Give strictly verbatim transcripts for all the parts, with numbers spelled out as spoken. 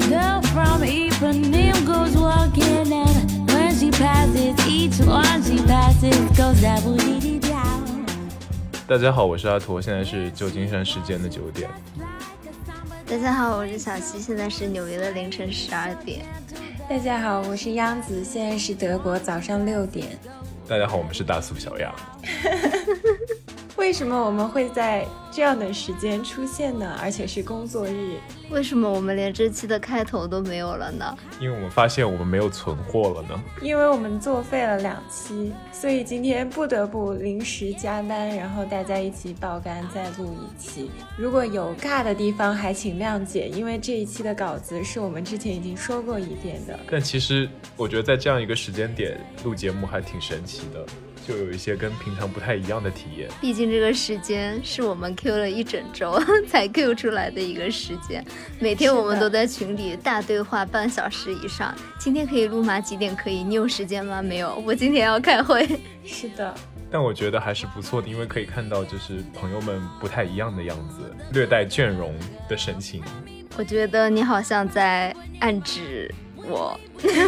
girl from Ipanema goes walking and when she passes, each one she passes goes da-boo-dee-dee-down。 大家好，我是阿驼，现在是旧金山时间的九点。 大家好，我是小西，现在是纽约的凌晨十二点。 大家好，我是央子，现在是德国早上六点。 大家好，我们是大苏小亚。 为什么我们会在这样的时间出现呢？而且是工作日。 为什么我们连这期的开头都没有了呢？ 因为我们发现我们没有存货了呢。 因为我们作废了两期，所以今天不得不临时加班，然后大家一起爆肝再录一期。如果有尬的地方还请谅解，因为这一期的稿子是我们之前已经说过一遍的。 但其实我觉得在这样一个时间点录节目还挺神奇的，就有一些跟平常不太一样的体验。 毕竟这个时间是我们 Q 了一整周才 Q 出来的一个时间，每天我们都在群里大对话半小时以上。今天可以录吗？几点可以？你有时间吗？没有，我今天要开会。 是的， 但我觉得还是不错的，因为可以看到就是朋友们不太一样的样子，略带倦容的神情。 我觉得你好像在暗指我。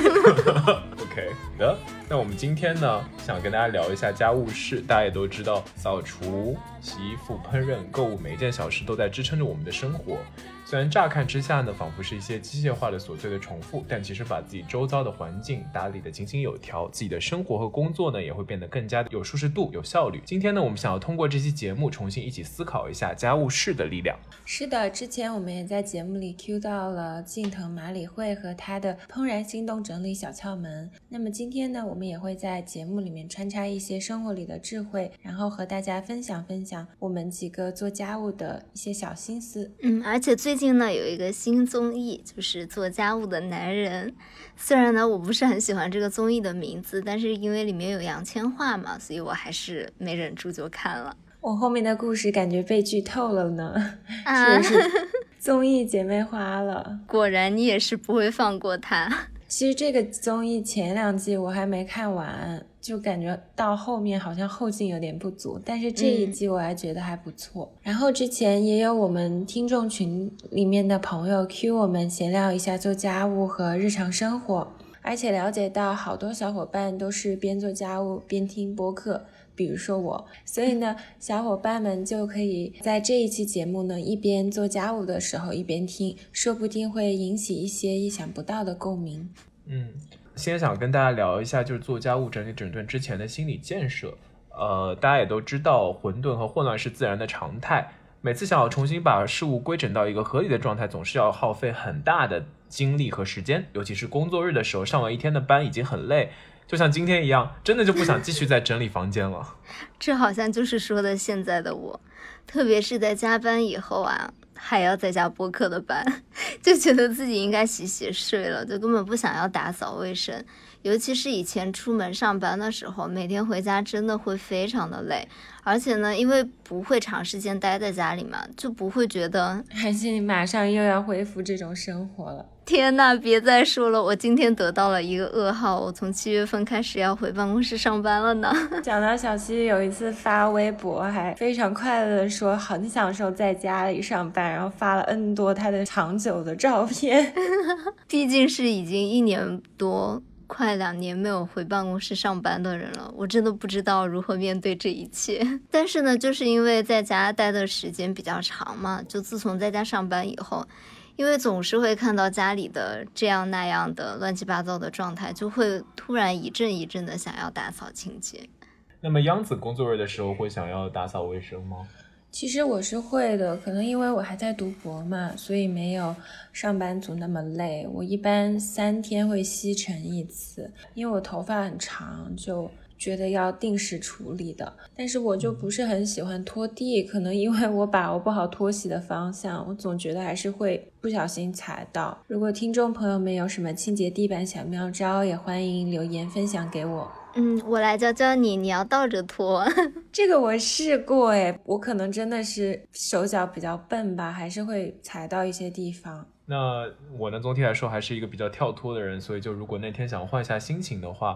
OK 的，那我们今天呢，想跟大家聊一下家务事。大家也都知道，扫除、洗衣服、烹饪、购物，每一件小事都在支撑着我们的生活。虽然乍看之下呢，仿佛是一些机械化的琐碎的重复，但其实把自己周遭的环境打理得井井有条，自己的生活和工作呢，也会变得更加有舒适度、有效率。今天呢，我们想要通过这期节目，重新一起思考一下家务事的力量。 是的，之前我们也在节目里 Q 到了近藤麻里惠和她的怦然心动整理小窍门。那么今天呢，我们也会在节目里面穿插一些生活里的智慧，然后和大家分享分享我们几个做家务的一些小心思。 嗯，而且最近呢有一个新综艺，就是做家务的男人。虽然呢我不是很喜欢这个综艺的名字，但是因为里面有杨千嬅嘛，所以我还是没忍住就看了。 我后面的故事感觉被剧透了呢， 啊， 是综艺姐妹花了。 果然你也是不会放过他。 其实这个综艺前两季我还没看完，就感觉到后面好像后劲有点不足，但是这一季我还觉得还不错。嗯、然后之前也有我们听众群里面的朋友 Q 我们闲聊一下做家务和日常生活，而且了解到好多小伙伴都是边做家务边听播客，比如说我，所以呢，小伙伴们就可以在这一期节目呢，一边做家务的时候一边听，说不定会引起一些意想不到的共鸣。 嗯，先想跟大家聊一下，就是做家务整理整顿之前的心理建设。呃，大家也都知道，混沌和混乱是自然的常态。每次想要重新把事物归整到一个合理的状态，总是要耗费很大的精力和时间。尤其是工作日的时候，上完一天的班已经很累，就像今天一样，真的就不想继续再整理房间了。 这好像就是说的现在的我，特别是在加班以后啊，还要再加播客的班，就觉得自己应该洗洗睡了，就根本不想要打扫卫生。尤其是以前出门上班的时候，每天回家真的会非常的累，而且呢，因为不会长时间待在家里嘛，就不会觉得。 还是你马上又要恢复这种生活了？ 天哪，别再说了，我今天得到了一个噩耗，我从七月份开始要回办公室上班了呢。 讲到小七有一次发微博，还非常快乐的说很享受在家里上班，然后发了 N 多他的长久的照片。 毕竟是已经一年多快两年没有回办公室上班的人了，我真的不知道如何面对这一切。但是呢，就是因为在家待的时间比较长嘛，就自从在家上班以后，因为总是会看到家里的这样那样的乱七八糟的状态，就会突然一阵一阵的想要打扫清洁。 那么央子工作日的时候会想要打扫卫生吗？ 其实我是会的，可能因为我还在读博嘛，所以没有上班族那么累。我一般三天会吸尘一次，因为我头发很长，就觉得要定时处理的。但是我就不是很喜欢拖地，可能因为我把握不好拖洗的方向，我总觉得还是会不小心踩到。如果听众朋友们有什么清洁地板小妙招，也欢迎留言分享给我。 嗯，我来教教你，你要倒着拖。 这个我试过诶，我可能真的是手脚比较笨吧，还是会踩到一些地方。 那我呢，总体来说还是一个比较跳脱的人，所以就如果那天想换一下心情的话，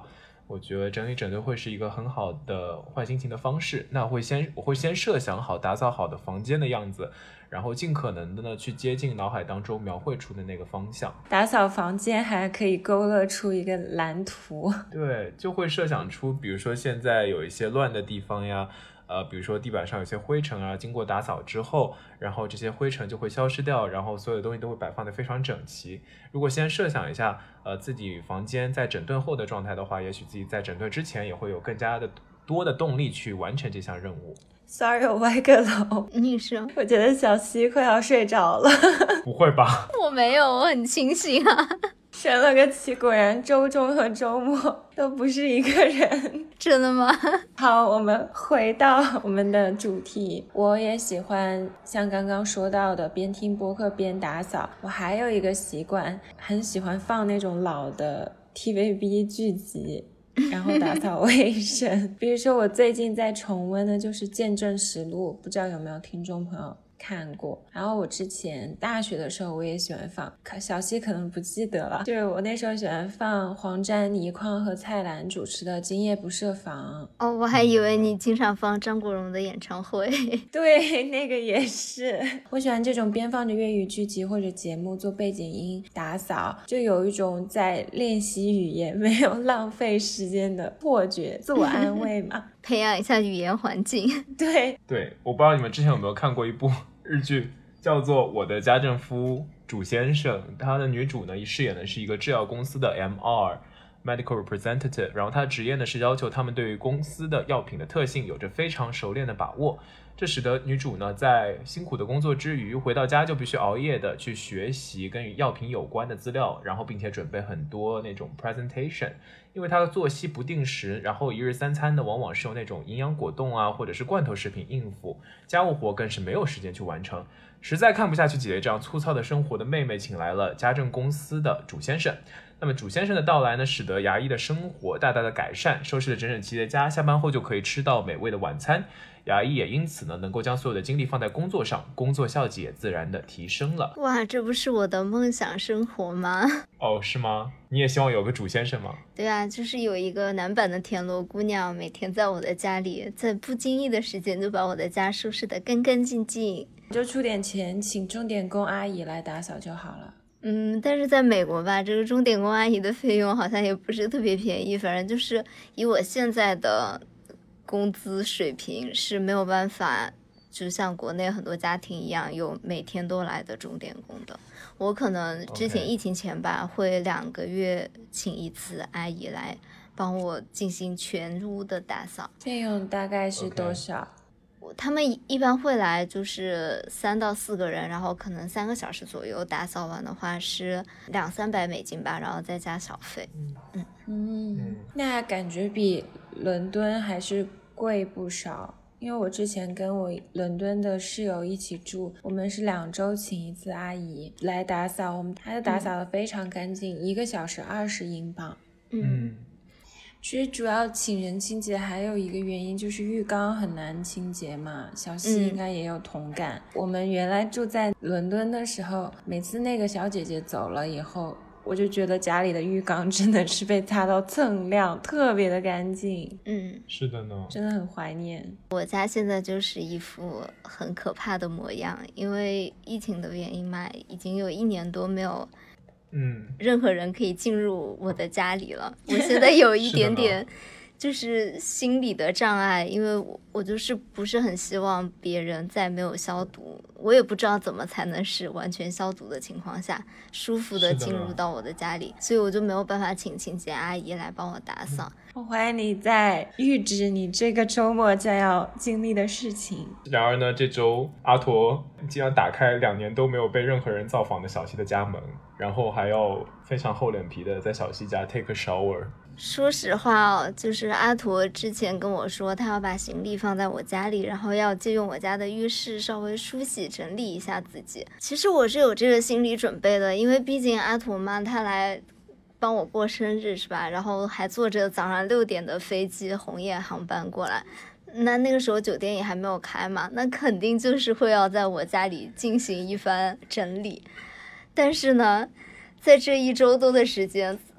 我觉得整理整顿会是一个很好的换心情的方式。那我会先我会先设想好打扫好的房间的样子，然后尽可能的呢去接近脑海当中描绘出的那个方向。 打扫房间还可以勾勒出一个蓝图。 对，就会设想出比如说现在有一些乱的地方呀，呃，比如说地板上有些灰尘啊，经过打扫之后，然后这些灰尘就会消失掉，然后所有的东西都会摆放得非常整齐。如果先设想一下呃自己房间在整顿后的状态的话，也许自己在整顿之前也会有更加的多的动力去完成这项任务。 Sorry， 我歪个楼。 你说？ 我觉得小西快要睡着了。 不会吧？ 我没有，我很清醒啊。 神了个奇，果然周中和周末都不是一个人。 真的吗？ 好，我们回到我们的主题。我也喜欢像刚刚说到的边听播客边打扫。我还有一个习惯，很喜欢放那种老的 T V B 剧集，然后打扫卫生。比如说我最近在重温的就是《见证实录》，不知道有没有听众朋友看过。然后我之前大学的时候我也喜欢放，小西可能不记得了，就是我那时候喜欢放黄沾、倪匡和蔡澜主持的《今夜不设防》。 哦，我还以为你经常放张国荣的演唱会。 对，那个也是。我喜欢这种边放着粤语剧集或者节目做背景音打扫，就有一种在练习语言没有浪费时间的错觉，自我安慰嘛。 培养一下语言环境。 对对，我不知道你们之前有没有看过一部日剧，叫做《我的家政夫主先生》，他的女主呢饰演的是一个制药公司的 M R Medical Representative， 然后他的职业呢是要求他们对于公司的药品的特性有着非常熟练的把握，这使得女主呢在辛苦的工作之余回到家就必须熬夜的去学习跟与药品有关的资料，然后并且准备很多那种 presentation。因为她的作息不定时，然后一日三餐呢往往是用那种营养果冻啊或者是罐头食品应付，家务活更是没有时间去完成。实在看不下去姐姐这样粗糙的生活的妹妹，请来了家政公司的主先生。那么主先生的到来呢，使得牙医的生活大大的改善，收拾了整整齐的家，下班后就可以吃到美味的晚餐。牙医也因此呢，能够将所有的精力放在工作上，工作效绩也自然的提升了。 哇，这不是我的梦想生活吗？ 哦，是吗？你也希望有个主先生吗？ 对啊，就是有一个男版的田螺姑娘，每天在我的家里，在不经意的时间就把我的家收拾得干干净净。 就出点钱，请钟点工阿姨来打扫就好了。 嗯，但是在美国吧，这个钟点工阿姨的费用好像也不是特别便宜，反正就是以我现在的工资水平是没有办法就像国内很多家庭一样有每天都来的钟点工的。我可能之前疫情前吧， okay. 会两个月请一次阿姨来帮我进行全屋的打扫。 费用大概是多少？ Okay. 他们一般会来就是三到四个人，然后可能三个小时左右，打扫完的话是两三百美金吧，然后再加小费。 嗯嗯，那感觉比伦敦还是贵不少。因为我之前跟我伦敦的室友一起住，我们是两周请一次阿姨来打扫，我们她打扫的非常干净，嗯、一个小时二十英镑。 嗯。 其实主要请人清洁还有一个原因就是浴缸很难清洁嘛，小西应该也有同感、嗯、我们原来住在伦敦的时候，每次那个小姐姐走了以后，我就觉得家里的浴缸真的是被擦到锃亮，特别的干净。 嗯， 是的呢， 真的很怀念。 我家现在就是一副很可怕的模样，因为疫情的原因嘛，已经有一年多没有嗯， 任何人可以进入我的家里了。我现在有一点点就是心理的障碍，因为我我就是不是很希望别人在没有消毒，我也不知道怎么才能是完全消毒的情况下舒服的进入到我的家里，所以我就没有办法请清洁阿姨来帮我打扫、嗯、 我怀疑你在预知你这个周末将要经历的事情。 然而呢，这周阿陀竟然打开两年都没有被任何人造访的小西的家门，然后还要非常厚脸皮的在小西家 take a shower。 说实话哦，就是阿陀之前跟我说他要把行李放在我家里，然后要借用我家的浴室稍微梳洗整理一下自己。其实我是有这个心理准备的，因为毕竟阿陀妈她来帮我过生日是吧，然后还坐着早上六点的飞机红眼航班过来，那那个时候酒店也还没有开嘛，那肯定就是会要在我家里进行一番整理。但是呢，在这一周多的时间，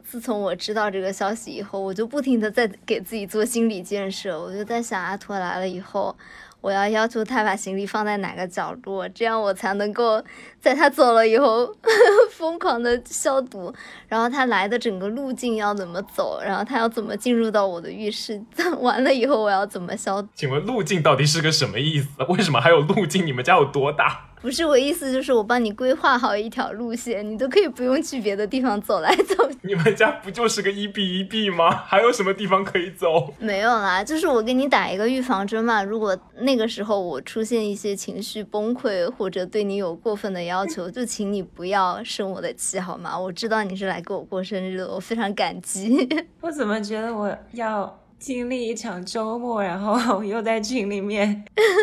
自从我知道这个消息以后，我就不停的在给自己做心理建设。我就在想，阿驼来了以后，我要要求他把行李放在哪个角落，这样我才能够在他走了以后疯狂的消毒。然后他来的整个路径要怎么走，然后他要怎么进入到我的浴室，完了以后我要怎么消毒。 请问路径到底是个什么意思？为什么还有路径？你们家有多大？ 不是，我意思就是我帮你规划好一条路线，你都可以不用去别的地方走来走去。 你们家不就是个一 B 一 B 吗？还有什么地方可以走？ 没有啦，就是我给你打一个预防针嘛，如果那个时候我出现一些情绪崩溃，或者对你有过分的要求，就请你不要生我的气好吗？我知道你是来给我过生日的，我非常感激。 我怎么觉得我要经历一场周末，然后又在群里面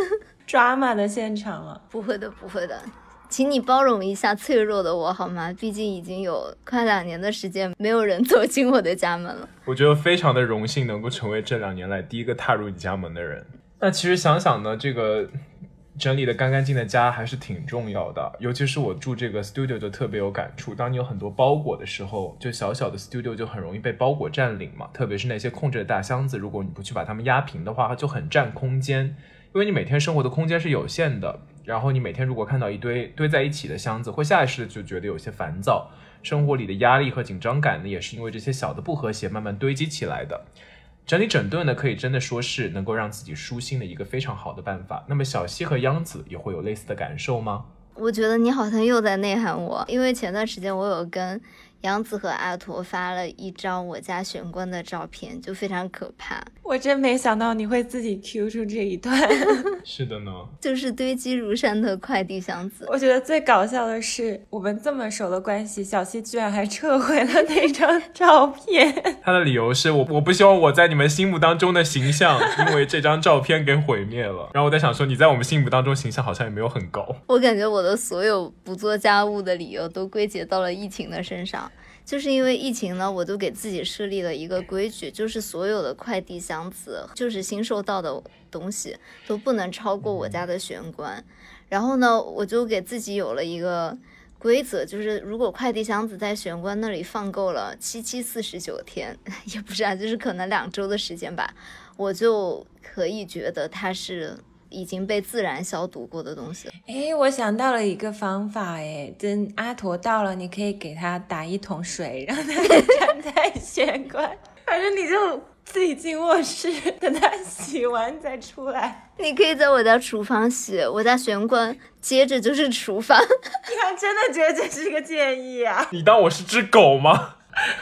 drama 的现场了？ 不会的，不会的，请你包容一下脆弱的我好吗？毕竟已经有快两年的时间，没有人走进我的家门了。 我觉得非常的荣幸能够成为这两年来第一个踏入你家门的人。那其实想想呢，这个整理的干干净的家还是挺重要的，尤其是我住这个 studio 就特别有感触。当你有很多包裹的时候，就小小的 studio 就很容易被包裹占领嘛，特别是那些空着的大箱子，如果你不去把它们压平的话，它就很占空间，因为你每天生活的空间是有限的。然后你每天如果看到一堆堆在一起的箱子，会下意识的就觉得有些烦躁，生活里的压力和紧张感呢，也是因为这些小的不和谐慢慢堆积起来的。整理整顿呢，可以真的说是能够让自己舒心的一个非常好的办法。那么小西和央子也会有类似的感受吗？ 我觉得你好像又在内涵我，因为前段时间我有跟杨子和阿驼发了一张我家玄关的照片，就非常可怕。 我真没想到你会自己 Q 出这一段。 是的呢， 就是堆积如山的快递箱子。 我觉得最搞笑的是，我们这么熟的关系，小西居然还撤回了那张照片。 他的理由是我我不希望我在你们心目当中的形象因为这张照片给毁灭了。然后我在想说，你在我们心目当中形象好像也没有很高。 我感觉我的所有不做家务的理由都归结到了疫情的身上。就是因为疫情呢，我就给自己设立了一个规矩，就是所有的快递箱子，就是新收到的东西都不能超过我家的玄关。然后呢，我就给自己有了一个规则，就是如果快递箱子在玄关那里放够了七七四十九天，也不是啊，就是可能两周的时间吧，我就可以觉得它是已经被自然消毒过的东西。 诶，我想到了一个方法，诶，等阿驼到了，你可以给他打一桶水，让他站在玄关，反正你就自己进卧室，等他洗完再出来。 你可以在我家厨房洗，我家玄关接着就是厨房。 你还真的觉得这是个建议啊？ 你当我是只狗吗？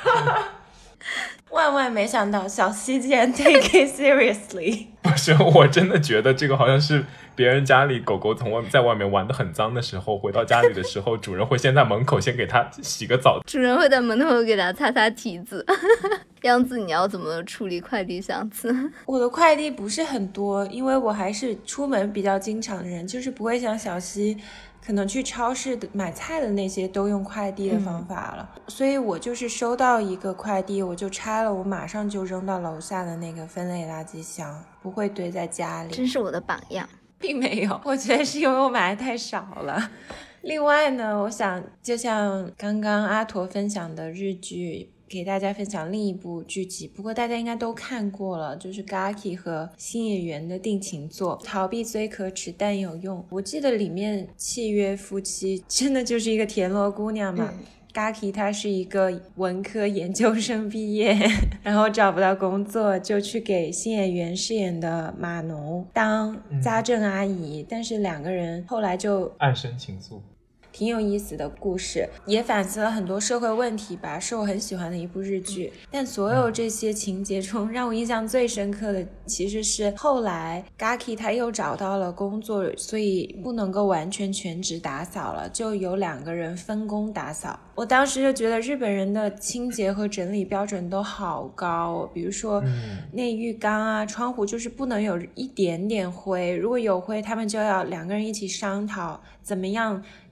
万万没想到小西竟然 take it seriously。 不是，我真的觉得这个好像是别人家里狗狗从外在外面玩得很脏的时候，回到家里的时候主人会先在门口先给它洗个澡， 主人会在门口给它擦擦蹄子。样子你要怎么处理快递箱子？ 我的快递不是很多，因为我还是出门比较经常的人，就是不会像小西可能去超市的买菜的那些都用快递的方法了、嗯、所以我就是收到一个快递我就拆了，我马上就扔到楼下的那个分类垃圾箱，不会堆在家里。 真是我的榜样。 并没有，我觉得是因为我买的太少了。另外呢，我想就像刚刚阿驼分享的日剧，给大家分享另一部剧集，不过大家应该都看过了，就是 Gaki 和新演员的定情作逃避虽可耻但有用。我记得里面契约夫妻真的就是一个田螺姑娘嘛、嗯Gaki 他是一个文科研究生毕业，然后找不到工作，就去给新演员饰演的马农当家政阿姨、嗯、但是两个人后来就暗生情愫， 挺有意思的故事，也反思了很多社会问题吧，是我很喜欢的一部日剧。但所有这些情节中让我印象最深刻的其实是后来 Gaki 他又找到了工作，所以不能够完全全职打扫了，就有两个人分工打扫。我当时就觉得日本人的清洁和整理标准都好高、哦、比如说那浴缸啊窗户就是不能有一点点灰，如果有灰他们就要两个人一起商讨怎么样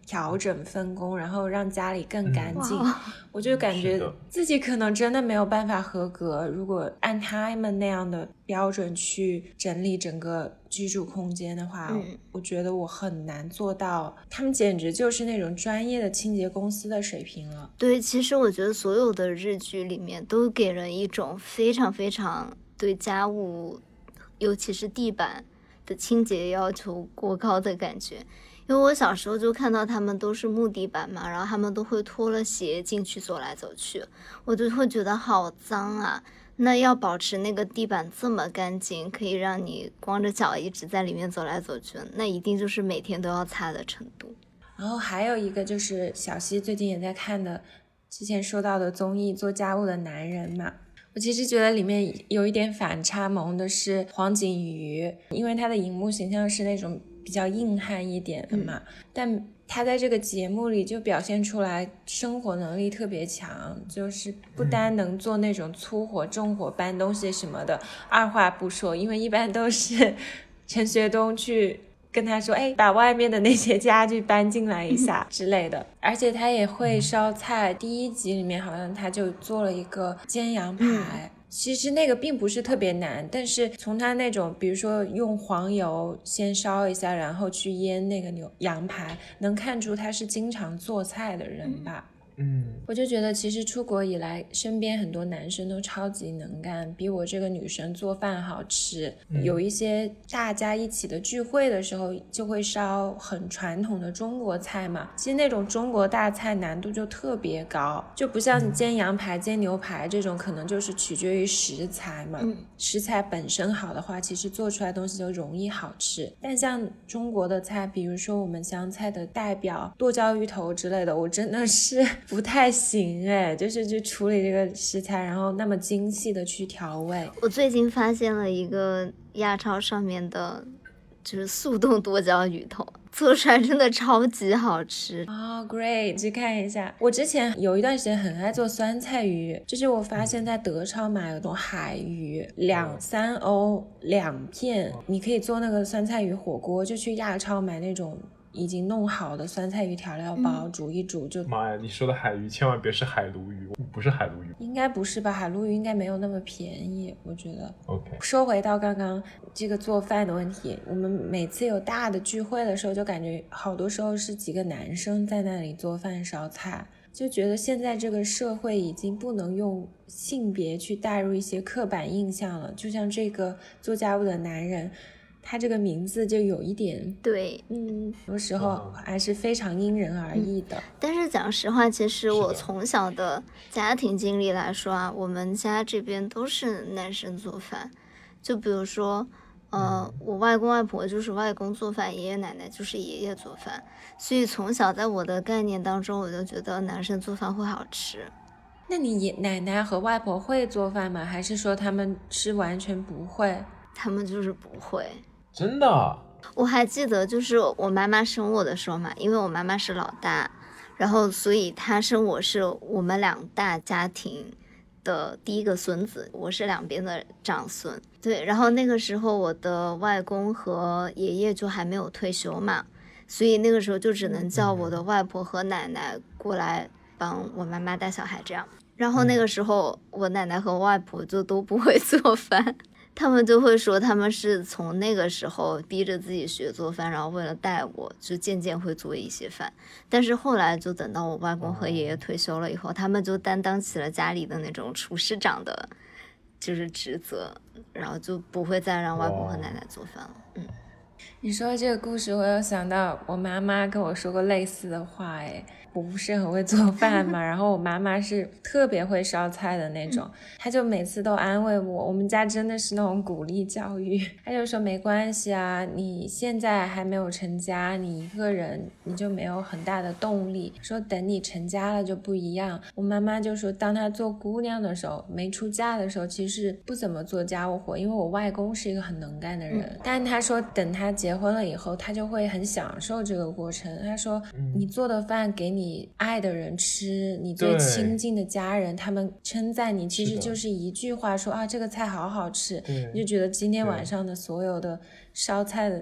调整分工，然后让家里更干净、嗯、我就感觉自己可能真的没有办法合格，如果按他们那样的标准去整理整个居住空间的话、嗯、我觉得我很难做到，他们简直就是那种专业的清洁公司的水平了。 对，其实我觉得所有的日剧里面都给人一种非常非常对家务尤其是地板的清洁要求过高的感觉，因为我小时候就看到他们都是木地板嘛，然后他们都会脱了鞋进去走来走去，我就会觉得好脏啊，那要保持那个地板这么干净，可以让你光着脚一直在里面走来走去，那一定就是每天都要擦的程度。 然后还有一个就是小西最近也在看的之前说到的综艺做家务的男人嘛，我其实觉得里面有一点反差萌的是黄景瑜，因为他的荧幕形象是那种比较硬汉一点的嘛、嗯、但他在这个节目里就表现出来生活能力特别强，就是不单能做那种粗活重活搬东西什么的，二话不说，因为一般都是陈学冬去跟他说，哎，把外面的那些家具搬进来一下之类的。而且他也会烧菜，第一集里面好像他就做了一个煎羊排、嗯、其实那个并不是特别难，但是从他那种比如说用黄油先烧一下然后去腌那个牛羊排，能看出他是经常做菜的人吧。 嗯， 我就觉得其实出国以来身边很多男生都超级能干，比我这个女生做饭好吃、嗯、有一些大家一起的聚会的时候就会烧很传统的中国菜嘛，其实那种中国大菜难度就特别高，就不像煎羊排、嗯、煎牛排这种可能就是取决于食材嘛、嗯、食材本身好的话其实做出来的东西就容易好吃，但像中国的菜比如说我们湘菜的代表剁椒鱼头之类的，我真的是不太行哎，就是去处理这个食材然后那么精细的去调味。 我最近发现了一个亚超上面的就是速冻剁椒鱼头，做出来真的超级好吃哦、oh, great 去看一下。我之前有一段时间很爱做酸菜鱼，就是我发现在德超买有种海鱼两三欧两片，你可以做那个酸菜鱼火锅，就去亚超买那种已经弄好的酸菜鱼调料包、嗯、煮一煮就。 妈呀，你说的海鱼千万别是海鲈鱼，不是海鲈鱼。 应该不是吧，海鲈鱼应该没有那么便宜我觉得。 OK， 说回到刚刚这个做饭的问题，我们每次有大的聚会的时候就感觉好多时候是几个男生在那里做饭烧菜，就觉得现在这个社会已经不能用性别去带入一些刻板印象了，就像这个做家务的男人他这个名字就有一点对， 嗯，有时候还是非常因人而异的、嗯、 但是讲实话其实我从小的家庭经历来说啊，我们家这边都是男生做饭，就比如说呃，嗯、我外公外婆就是外公做饭，爷爷奶奶就是爷爷做饭，所以从小在我的概念当中我就觉得男生做饭会好吃。 那你爷奶奶和外婆会做饭吗？还是说他们是完全不会？ 他们就是不会。 真的？ 我还记得就是我妈妈生我的时候嘛，因为我妈妈是老大，然后所以她生我是我们两大家庭的第一个孙子，我是两边的长孙。对，然后那个时候我的外公和爷爷就还没有退休嘛，所以那个时候就只能叫我的外婆和奶奶过来帮我妈妈带小孩这样。然后那个时候我奶奶和外婆就都不会做饭，他们就会说他们是从那个时候逼着自己学做饭，然后为了带我就渐渐会做一些饭。但是后来就等到我外公和爷爷退休了以后，他们就担当起了家里的那种厨师长的就是职责，然后就不会再让外公和奶奶做饭了。嗯， 你说这个故事我有想到我妈妈跟我说过类似的话诶，我不是很会做饭嘛，然后我妈妈是特别会烧菜的那种，她就每次都安慰我，我们家真的是那种鼓励教育，她就说没关系啊，你现在还没有成家，你一个人你就没有很大的动力，说等你成家了就不一样。我妈妈就说当她做姑娘的时候，没出嫁的时候其实不怎么做家务活，因为我外公是一个很能干的人、嗯、但她说等她结婚了以后她就会很享受这个过程。她说、嗯、你做的饭给你你爱的人吃，你最亲近的家人他们称赞你，其实就是一句话说啊这个菜好好吃，你就觉得今天晚上的所有的烧菜的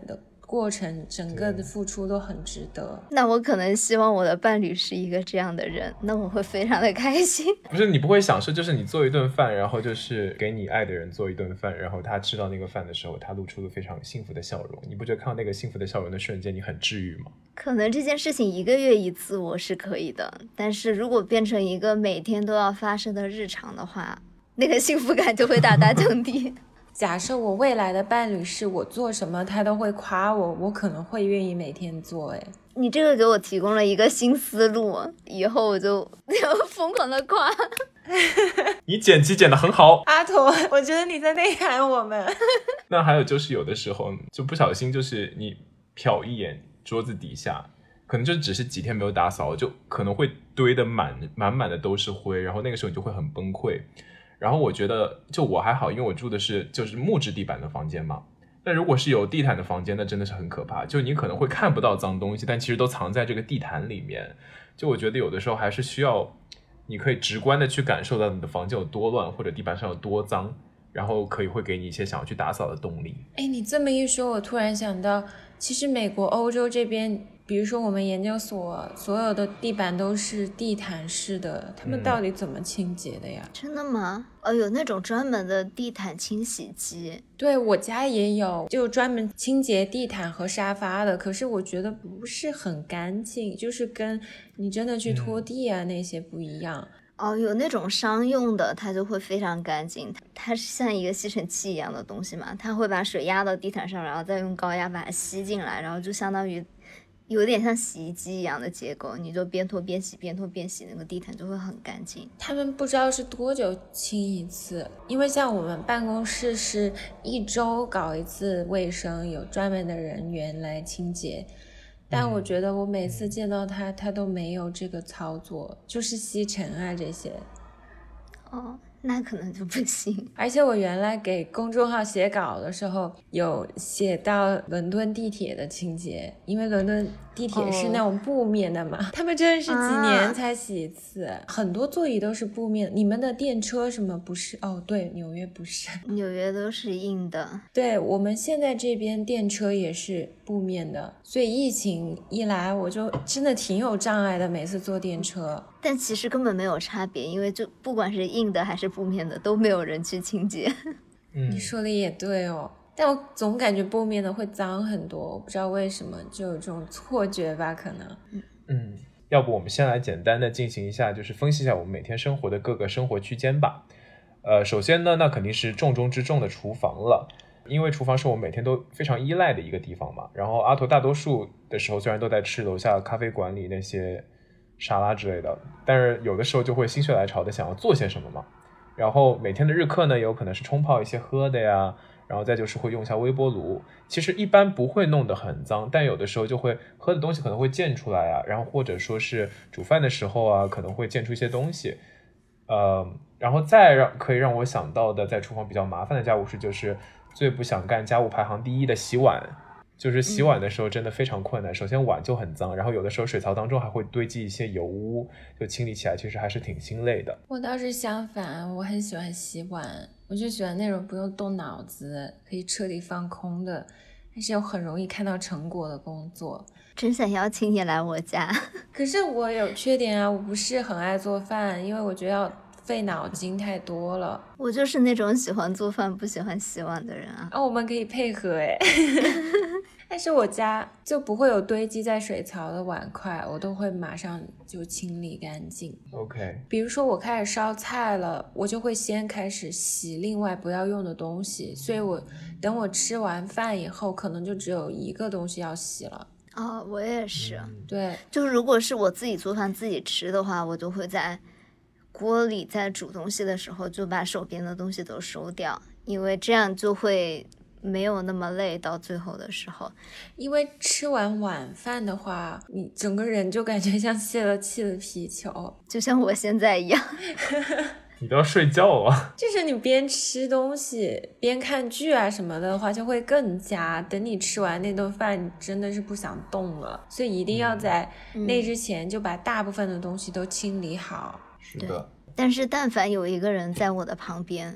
过程整个的付出都很值得。 那我可能希望我的伴侣是一个这样的人，那我会非常的开心。 不是你不会享受，就是你做一顿饭，然后就是给你爱的人做一顿饭，然后他吃到那个饭的时候，他露出了非常幸福的笑容，你不觉得看到那个幸福的笑容的瞬间你很治愈吗？ 可能这件事情一个月一次我是可以的，但是如果变成一个每天都要发生的日常的话，那个幸福感就会大大降低。 假设我未来的伴侣是我做什么他都会夸我，我可能会愿意每天做。哎， 你这个给我提供了一个新思路，以后我就要疯狂的夸。 你剪辑剪得很好， 阿驼，我觉得你在内涵我们。 那还有就是有的时候就不小心，就是你瞟一眼桌子底下，可能就只是几天没有打扫，就可能会堆得满满满的都是灰，然后那个时候你就会很崩溃。然后我觉得就我还好，因为我住的是就是木质地板的房间嘛。但如果是有地毯的房间，那真的是很可怕，就你可能会看不到脏东西，但其实都藏在这个地毯里面。就我觉得有的时候还是需要你可以直观的去感受到你的房间有多乱，或者地板上有多脏，然后可以会给你一些想要去打扫的动力。 哎，你这么一说，我突然想到，其实美国、欧洲这边，比如说我们研究所所有的地板都是地毯式的，他们到底怎么清洁的呀？ 嗯、真的吗？哦，有那种专门的地毯清洗机。 对，我家也有，就专门清洁地毯和沙发的，可是我觉得不是很干净，就是跟你真的去拖地啊、嗯、那些不一样。 哦，有那种商用的，它就会非常干净，它是像一个吸尘器一样的东西嘛，它会把水压到地毯上，然后再用高压把它吸进来，然后就相当于有点像洗衣机一样的结构，你就边拖边洗边拖边洗，那个地毯就会很干净。 他们不知道是多久清一次，因为像我们办公室是一周搞一次卫生，有专门的人员来清洁，但我觉得我每次见到他他都没有这个操作，就是吸尘啊这些。 哦，那可能就不行。 而且我原来给公众号写稿的时候有写到伦敦地铁的清洁，因为伦敦地铁是那种布面的嘛、哦、他们真的是几年才洗一次、啊、很多座椅都是布面。你们的电车什么不是？哦对，纽约不是， 纽约都是硬的。 对，我们现在这边电车也是布面的，所以疫情一来我就真的挺有障碍的，每次坐电车。 但其实根本没有差别，因为就不管是硬的还是布面的都没有人去清洁。 嗯， 你说的也对哦，但我总感觉布面的会脏很多，我不知道为什么，就有这种错觉吧，可能。 嗯，要不我们先来简单的进行一下，就是分析一下我们每天生活的各个生活区间吧。呃，首先呢，那肯定是重中之重的厨房了，因为厨房是我们每天都非常依赖的一个地方嘛。然后阿驼大多数的时候虽然都在吃楼下咖啡馆里那些沙拉之类的，但是有的时候就会心血来潮的想要做些什么嘛。然后每天的日课呢，有可能是冲泡一些喝的呀，然后再就是会用一下微波炉。其实一般不会弄得很脏，但有的时候就会喝的东西可能会溅出来啊，然后或者说是煮饭的时候啊，可能会溅出一些东西。呃，然后再让可以让我想到的在厨房比较麻烦的家务事，就是最不想干家务排行第一的洗碗。就是洗碗的时候真的非常困难、嗯、首先碗就很脏，然后有的时候水槽当中还会堆积一些油污，就清理起来其实还是挺心累的。 我倒是相反，我很喜欢洗碗，我就喜欢那种不用动脑子可以彻底放空的，但是又很容易看到成果的工作。 真想邀请你来我家。 可是我有缺点啊，我不是很爱做饭，因为我觉得要费脑筋太多了。 我就是那种喜欢做饭不喜欢洗碗的人啊。 哦，我们可以配合诶。但是我家就不会有堆积在水槽的碗筷，我都会马上就清理干净。 OK， 比如说我开始烧菜了，我就会先开始洗另外不要用的东西，所以我等我吃完饭以后可能就只有一个东西要洗了。 哦，我也是、 嗯、 对， 就如果是我自己做饭自己吃的话，我就会在锅里在煮东西的时候就把手边的东西都收掉，因为这样就会没有那么累到最后的时候。 因为吃完晚饭的话，你整个人就感觉像泄了气的皮球， 就像我现在一样。 你都要睡觉了。 就是你边吃东西边看剧啊什么的话就会更加，等你吃完那顿饭你真的是不想动了，所以一定要在那之前就把大部分的东西都清理好、 嗯、是的。 但是但凡有一个人在我的旁边，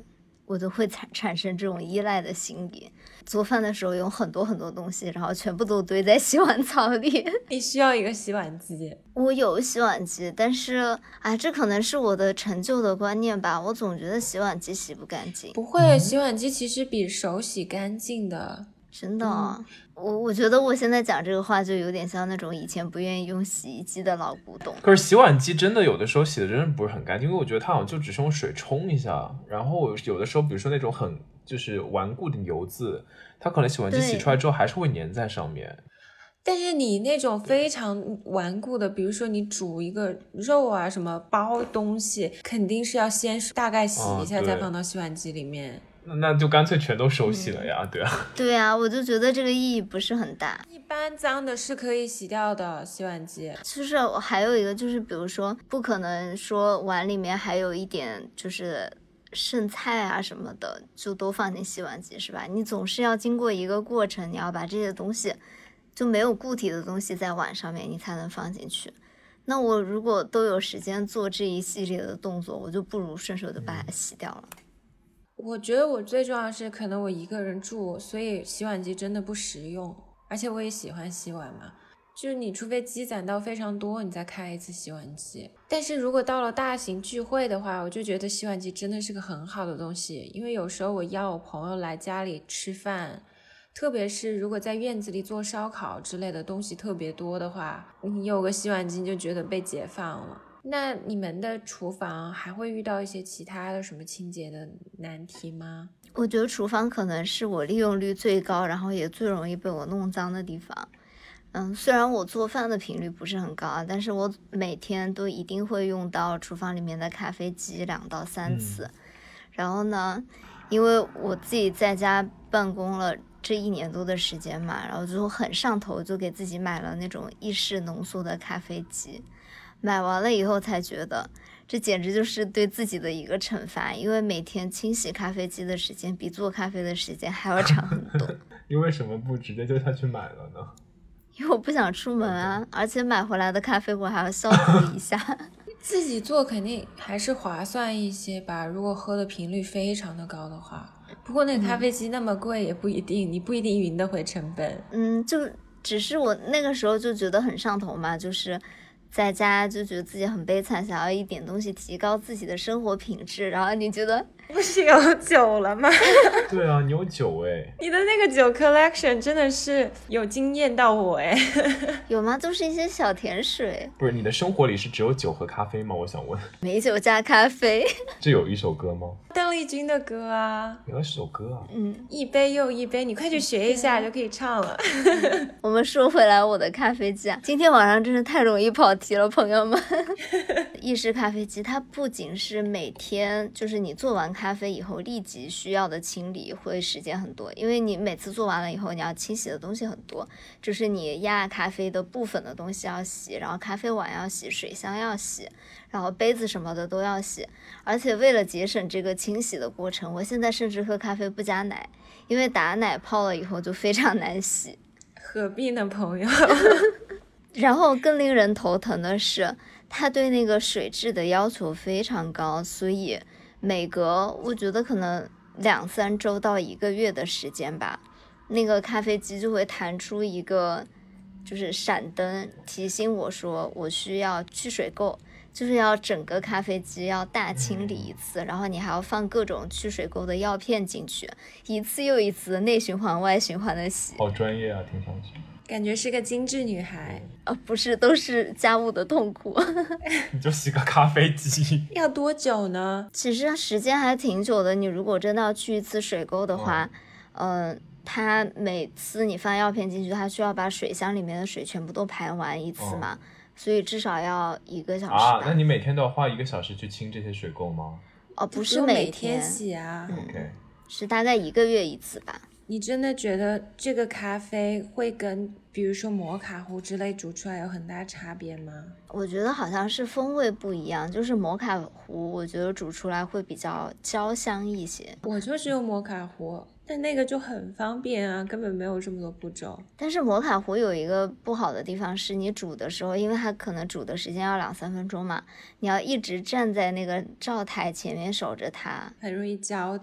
我就会产产生这种依赖的心理。做饭的时候用很多很多东西，然后全部都堆在洗碗槽里。 你需要一个洗碗机？ 我有洗碗机，但是哎，这可能是我的陈旧的观念吧，我总觉得洗碗机洗不干净。 不会，洗碗机其实比手洗干净的。 真的、嗯、我我觉得我现在讲这个话就有点像那种以前不愿意用洗衣机的老古董。 可是洗碗机真的有的时候洗的真的不是很干净，因为我觉得它好像就只是用水冲一下，然后有的时候比如说那种很就是顽固的油渍，它可能洗碗机洗出来之后还是会粘在上面。 但是你那种非常顽固的，比如说你煮一个肉啊什么包东西，肯定是要先大概洗一下、哦、再放到洗碗机里面。 那就干脆全都手洗了呀、嗯、对啊对啊，我就觉得这个意义不是很大。 一般脏的是可以洗掉的，洗碗机。 就是我还有一个就是比如说不可能说碗里面还有一点就是剩菜啊什么的就都放进洗碗机是吧，你总是要经过一个过程，你要把这些东西就没有固体的东西在碗上面你才能放进去。那我如果都有时间做这一系列的动作，我就不如顺手就把它洗掉了。 我觉得我最重要的是可能我一个人住，所以洗碗机真的不实用，而且我也喜欢洗碗嘛，就是你除非积攒到非常多你再开一次洗碗机。但是如果到了大型聚会的话，我就觉得洗碗机真的是个很好的东西，因为有时候我邀我朋友来家里吃饭，特别是如果在院子里做烧烤之类的东西特别多的话，你有个洗碗机就觉得被解放了。那你们的厨房还会遇到一些其他的什么清洁的难题吗？ 我觉得厨房可能是我利用率最高，然后也最容易被我弄脏的地方。嗯，虽然我做饭的频率不是很高啊，但是我每天都一定会用到厨房里面的咖啡机两到三次、嗯、然后呢因为我自己在家办公了这一年多的时间嘛，然后就很上头，就给自己买了那种意式浓缩的咖啡机。买完了以后才觉得这简直就是对自己的一个惩罚，因为每天清洗咖啡机的时间比做咖啡的时间还要长很多。 你为什么不直接就下去买了呢？ 因为我不想出门啊，而且买回来的咖啡我还要消毒一下。 自己做肯定还是划算一些吧，如果喝的频率非常的高的话。不过那个咖啡机那么贵也不一定、嗯、你不一定匀得回成本。 嗯，就只是我那个时候就觉得很上头嘛，就是在家就觉得自己很悲惨，想要一点东西提高自己的生活品质。然后你觉得不是有酒了吗？ 对啊，你有酒哎， 你的那个酒 collection 真的是有惊艳到我哎。 有吗？就是一些小甜水。 不是，你的生活里是只有酒和咖啡吗？我想问。 美酒加咖啡。 这有一首歌吗？ 邓丽君的歌啊。 有一首歌啊。 嗯， 一杯又一杯，你快去学一下就可以唱了。 我们说回来我的咖啡机啊，今天晚上真是太容易跑题了朋友们。意式咖啡机它不仅是每天就是你做完咖啡以后立即需要的清理会时间很多，因为你每次做完了以后你要清洗的东西很多，就是你压咖啡的部分的东西要洗，然后咖啡碗要洗，水箱要洗，然后杯子什么的都要洗。而且为了节省这个清洗的过程，我现在甚至喝咖啡不加奶，因为打奶泡了以后就非常难洗。 何必呢朋友。 然后更令人头疼的是它对那个水质的要求非常高，所以每隔我觉得可能两三周到一个月的时间吧，那个咖啡机就会弹出一个就是闪灯提醒我说我需要去水垢，就是要整个咖啡机要大清理一次，然后你还要放各种去水垢的药片进去，一次又一次内循环外循环的洗。 好专业啊，听上去感觉是个精致女孩。 啊，不是，都是家务的痛苦。 你就洗个咖啡机要多久呢？ 其实时间还挺久的，你如果真的要去一次水沟的话、哦、呃，它每次你放药片进去，它需要把水箱里面的水全部都排完一次嘛、哦、所以至少要一个小时吧。 啊，那你每天都要花一个小时去清这些水垢吗？ 哦，不是每天， 每天洗啊、 嗯、 OK， 是大概一个月一次吧。 你真的觉得这个咖啡会跟比如说摩卡壶之类煮出来有很大差别吗？ 我觉得好像是风味不一样，就是摩卡壶我觉得煮出来会比较焦香一些。 我就是用摩卡壶，但那个就很方便啊，根本没有这么多步骤。 但是摩卡壶有一个不好的地方是你煮的时候，因为它可能煮的时间要两三分钟嘛，你要一直站在那个灶台前面守着它， 很容易焦掉。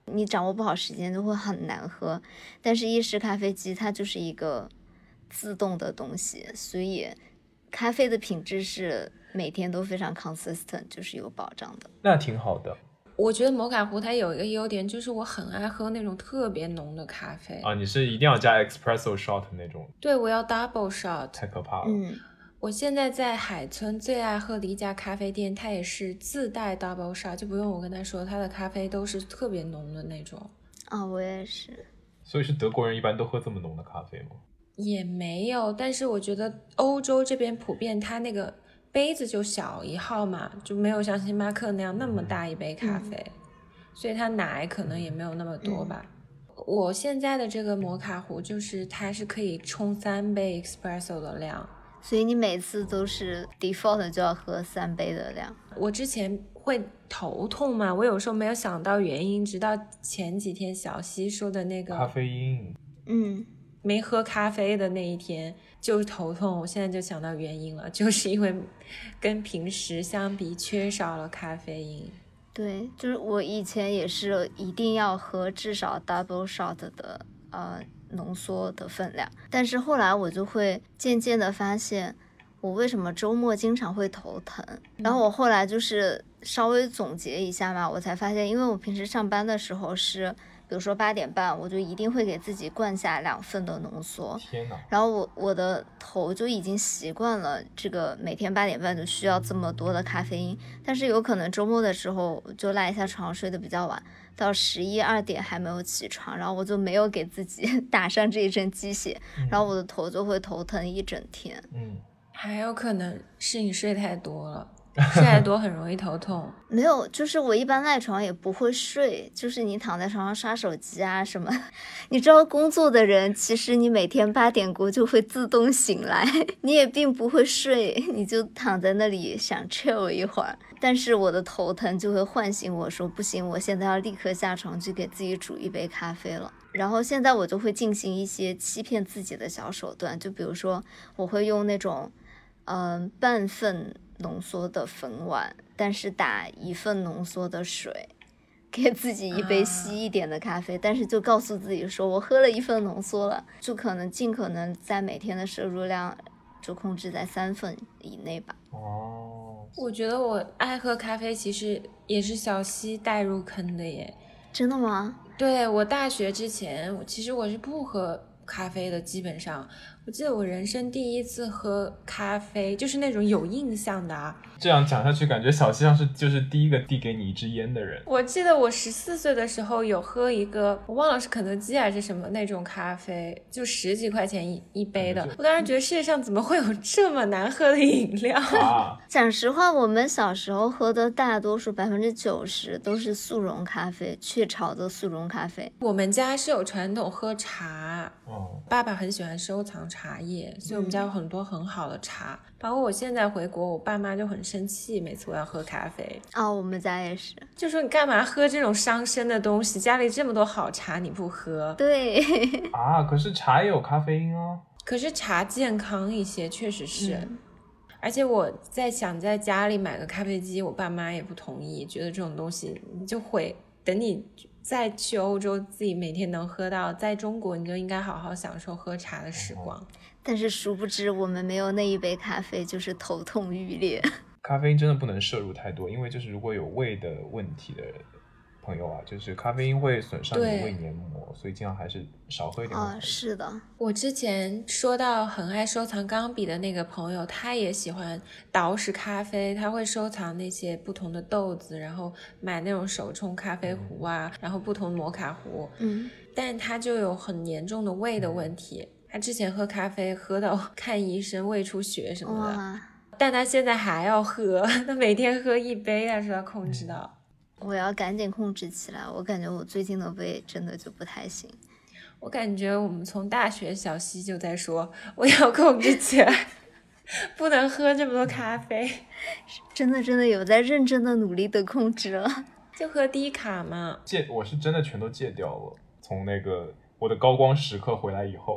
你掌握不好时间就会很难喝。但是意式咖啡机它就是一个自动的东西，所以咖啡的品质是每天都非常 consistent， 就是有保障的。 那挺好的。 我觉得摩卡壶它有一个优点，就是我很爱喝那种特别浓的咖啡啊。你是一定要加 espresso shot 那种？ 对，我要 double shot。 太可怕了。 嗯， 我现在在海村最爱喝的一家咖啡店，它也是自带 double shot， 就不用我跟他说，它的咖啡都是特别浓的那种。 啊，我也是。 所以是德国人一般都喝这么浓的咖啡吗？ 也没有，但是我觉得欧洲这边普遍它那个杯子就小一号嘛，就没有像星巴克那样那么大一杯咖啡、嗯、所以它奶可能也没有那么多吧、嗯、我现在的这个摩卡壶就是它是可以冲三杯 espresso 的量， 所以你每次都是 default 就要喝三杯的量。 我之前会头痛嘛，我有时候没有想到原因，直到前几天小西说的那个咖啡因， 嗯， 没喝咖啡的那一天就是头痛，我现在就想到原因了，就是因为跟平时相比缺少了咖啡因。 对，就是我以前也是一定要喝至少 double shot 的呃浓缩的分量，但是后来我就会渐渐的发现我为什么周末经常会头疼、嗯、然后我后来就是稍微总结一下嘛，我才发现因为我平时上班的时候是比如说八点半我就一定会给自己灌下两份的浓缩， 天哪！ 然后我我的头就已经习惯了这个每天八点半就需要这么多的咖啡因，但是有可能周末的时候就赖一下床睡得比较晚，到十一二点还没有起床，然后我就没有给自己打上这一针鸡血、嗯、然后我的头就会头疼一整天。 嗯， 还有可能是你睡太多了，睡太多很容易头痛。 没有，就是我一般赖床也不会睡，就是你躺在床上刷手机啊什么。你知道工作的人其实你每天八点过就会自动醒来，你也并不会睡，你就躺在那里想 chill 一会儿，但是我的头疼就会唤醒我说不行，我现在要立刻下床去给自己煮一杯咖啡了。然后现在我就会进行一些欺骗自己的小手段，就比如说我会用那种嗯、呃、半份浓缩的粉碗，但是打一份浓缩的水，给自己一杯稀一点的咖啡、啊、但是就告诉自己说我喝了一份浓缩了，就可能尽可能在每天的摄入量就控制在三份以内吧。 哦， 我觉得我爱喝咖啡其实也是小西带入坑的耶。 真的吗？ 对，我大学之前其实我是不喝咖啡的，基本上我记得我人生第一次喝咖啡就是那种有印象的啊。 这样讲下去感觉小西像是就是第一个递给你一支烟的人。 我记得我十四岁的时候有喝一个我忘了是肯德基还是什么那种咖啡，就十几块钱一一杯的、嗯、我当时觉得世界上怎么会有这么难喝的饮料、 啊、 讲实话我们小时候喝的大多数百分之九十都是速溶咖啡，雀巢的速溶咖啡。 我们家是有传统喝茶、哦、爸爸很喜欢收藏茶叶，所以我们家有很多很好的茶、嗯、包括我现在回国我爸妈就很生气，每次我要喝咖啡。 哦，我们家也是， 就说你干嘛喝这种伤身的东西，家里这么多好茶你不喝。 对啊，可是茶也有咖啡因啊。 可是茶健康一些，确实是、 嗯、 而且我在想在家里买个咖啡机，我爸妈也不同意，觉得这种东西你就会等你再去欧洲自己每天能喝到，在中国你就应该好好享受喝茶的时光、嗯、 但是殊不知我们没有那一杯咖啡就是头痛欲裂。 咖啡因真的不能摄入太多，因为就是如果有胃的问题的朋友啊，就是咖啡因会损伤你的胃黏膜，所以尽量还是少喝一点。 啊，是的。 我之前说到很爱收藏钢笔的那个朋友，他也喜欢捯饬咖啡，他会收藏那些不同的豆子，然后买那种手冲咖啡壶啊、嗯、然后不同摩卡壶。 嗯， 但他就有很严重的胃的问题、嗯、他之前喝咖啡喝到看医生胃出血什么的，但他现在还要喝，他每天喝一杯，他说他控制到。 我要赶紧控制起来，我感觉我最近的胃真的就不太行。 我感觉我们从大学小西就在说我要控制起来不能喝这么多咖啡。 真的真的有在认真的努力的控制了， 就喝低卡嘛。 戒，我是真的全都戒掉了，从那个我的高光时刻回来以后。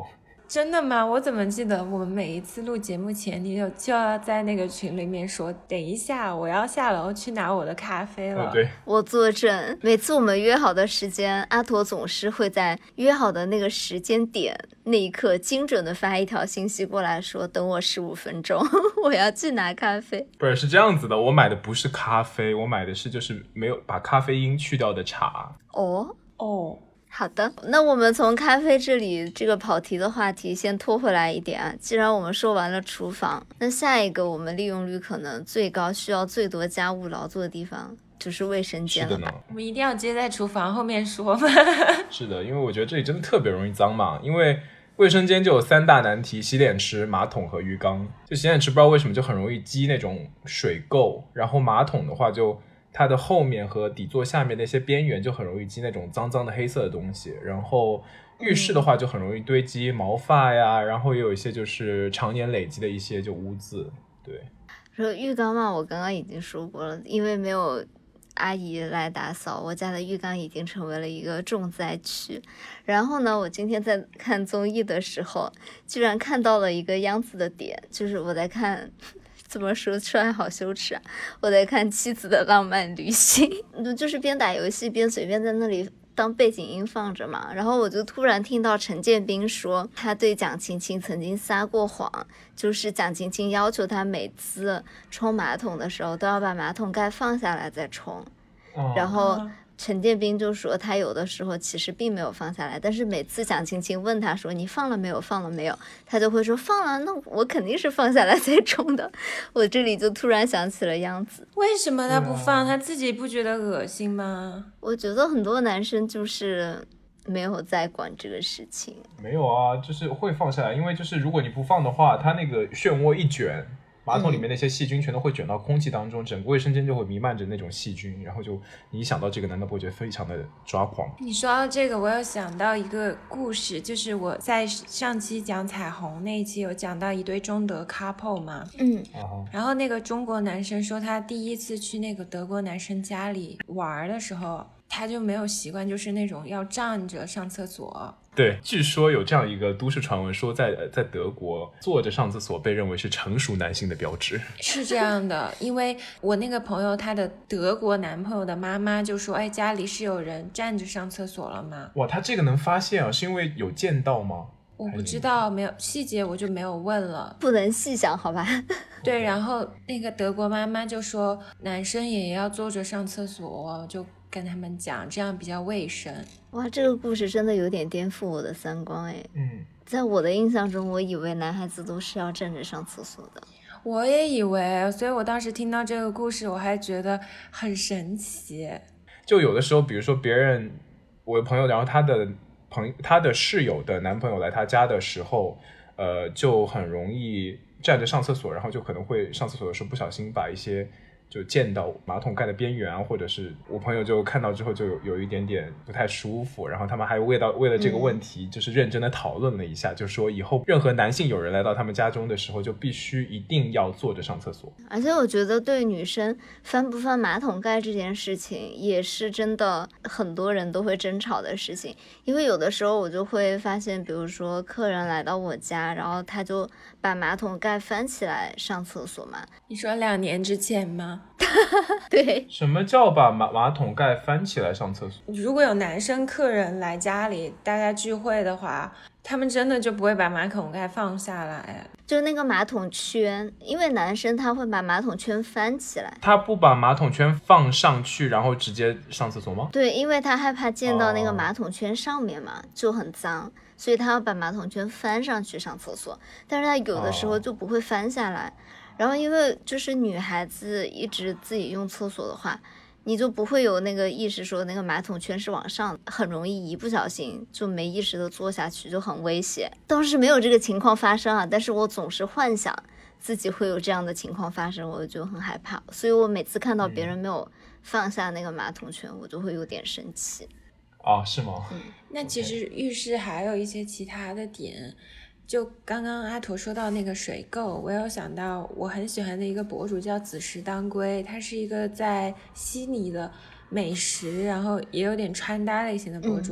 真的吗？我怎么记得我们每一次录节目前，你有就要在那个群里面说，等一下我要下楼去拿我的咖啡了。 哦、对， 我作证，每次我们约好的时间，阿驼总是会在约好的那个时间点那一刻精准的发一条信息过来说，等我十五分钟，我要去拿咖啡。 不是，是这样子的，我买的不是咖啡，我买的是就是没有把咖啡因去掉的茶。 哦哦。 好的，那我们从咖啡这里这个跑题的话题先拖回来一点啊。既然我们说完了厨房，那下一个我们利用率可能最高、需要最多家务劳作的地方就是卫生间了吧？ 是的呢， 我们一定要接在厨房后面说吗？ 是的，因为我觉得这里真的特别容易脏嘛。因为卫生间就有三大难题：洗脸池、马桶和浴缸。就洗脸池不知道为什么就很容易积那种水垢，然后马桶的话就它的后面和底座下面那些边缘就很容易积那种脏脏的黑色的东西，然后浴室的话就很容易堆积毛发呀，然后也有一些就是常年累积的一些就污渍。对， 说浴缸嘛，我刚刚已经说过了，因为没有阿姨来打扫，我家的浴缸已经成为了一个重灾区。然后呢，我今天在看综艺的时候，居然看到了一个央子的点，就是我在看。怎么说出来好羞耻啊！我在看《妻子的浪漫旅行》，就是边打游戏边随便在那里当背景音放着嘛。然后我就突然听到陈建斌说，他对蒋勤勤曾经撒过谎，就是蒋勤勤要求他每次冲马桶的时候都要把马桶盖放下来再冲， 哦、 然后陈建斌就说他有的时候其实并没有放下来，但是每次蒋勤勤问他说你放了没有放了没有，他就会说放了，那我肯定是放下来再冲的。我这里就突然想起了央子， 为什么他不放？他自己不觉得恶心吗？ 我觉得很多男生就是没有在管这个事情。 没有啊，就是会放下来，因为就是如果你不放的话，它那个漩涡一卷，马桶里面那些细菌全都会卷到空气当中，嗯、整个卫生间就会弥漫着那种细菌，然后就你一想到这个，难道不会觉得非常的抓狂？ 你说到这个，我有想到一个故事，就是我在上期讲彩虹那一期有讲到一对中德 couple 嘛， 嗯， 然后那个中国男生说他第一次去那个德国男生家里玩的时候，他就没有习惯，就是那种要站着上厕所。 对，据说有这样一个都市传闻，说在在德国坐着上厕所被认为是成熟男性的标志。 是这样的，因为我那个朋友他的德国男朋友的妈妈就说，哎，家里是有人站着上厕所了吗？ 哇，他这个能发现啊，是因为有见到吗？ 我不知道，没有细节我就没有问了， 不能细想好吧。 对，然后那个德国妈妈就说男生也要坐着上厕所，就跟他们讲这样比较卫生。 哇，这个故事真的有点颠覆我的三观哎。 嗯， 在我的印象中，我以为男孩子都是要站着上厕所的。 我也以为，所以我当时听到这个故事我还觉得很神奇。 就有的时候比如说别人，我的朋友，然后他的朋他的室友的男朋友来他家的时候，呃，就很容易站着上厕所，然后就可能会上厕所的时候不小心把一些就溅到马桶盖的边缘啊，或者是我朋友就看到之后就有有一点点不太舒服，然后他们还为到为了这个问题、嗯、就是认真的讨论了一下，就说以后任何男性友人来到他们家中的时候就必须一定要坐着上厕所。 而且我觉得对女生翻不翻马桶盖这件事情也是真的很多人都会争吵的事情，因为有的时候我就会发现，比如说客人来到我家，然后他就把马桶盖翻起来上厕所嘛。 你说两年之前吗？ 对， 什么叫把马马桶盖翻起来上厕所？ 如果有男生客人来家里大家聚会的话，他们真的就不会把马桶盖放下来， 就那个马桶圈，因为男生他会把马桶圈翻起来。 他不把马桶圈放上去然后直接上厕所吗？ 对，因为他害怕溅到那个马桶圈上面嘛、哦、就很脏，所以他要把马桶圈翻上去上厕所，但是他有的时候就不会翻下来、哦、然后因为就是女孩子一直自己用厕所的话，你就不会有那个意识说那个马桶圈是往上，很容易一不小心就没意识的坐下去，就很危险。当时没有这个情况发生啊，但是我总是幻想自己会有这样的情况发生，我就很害怕，所以我每次看到别人没有放下那个马桶圈、嗯、我就会有点生气。 哦，是吗？ 嗯， 那其实浴室还有一些其他的点，就刚刚阿驼说到那个水垢，我有想到我很喜欢的一个博主叫子时当归，他是一个在悉尼的美食然后也有点穿搭类型的博主吧、嗯、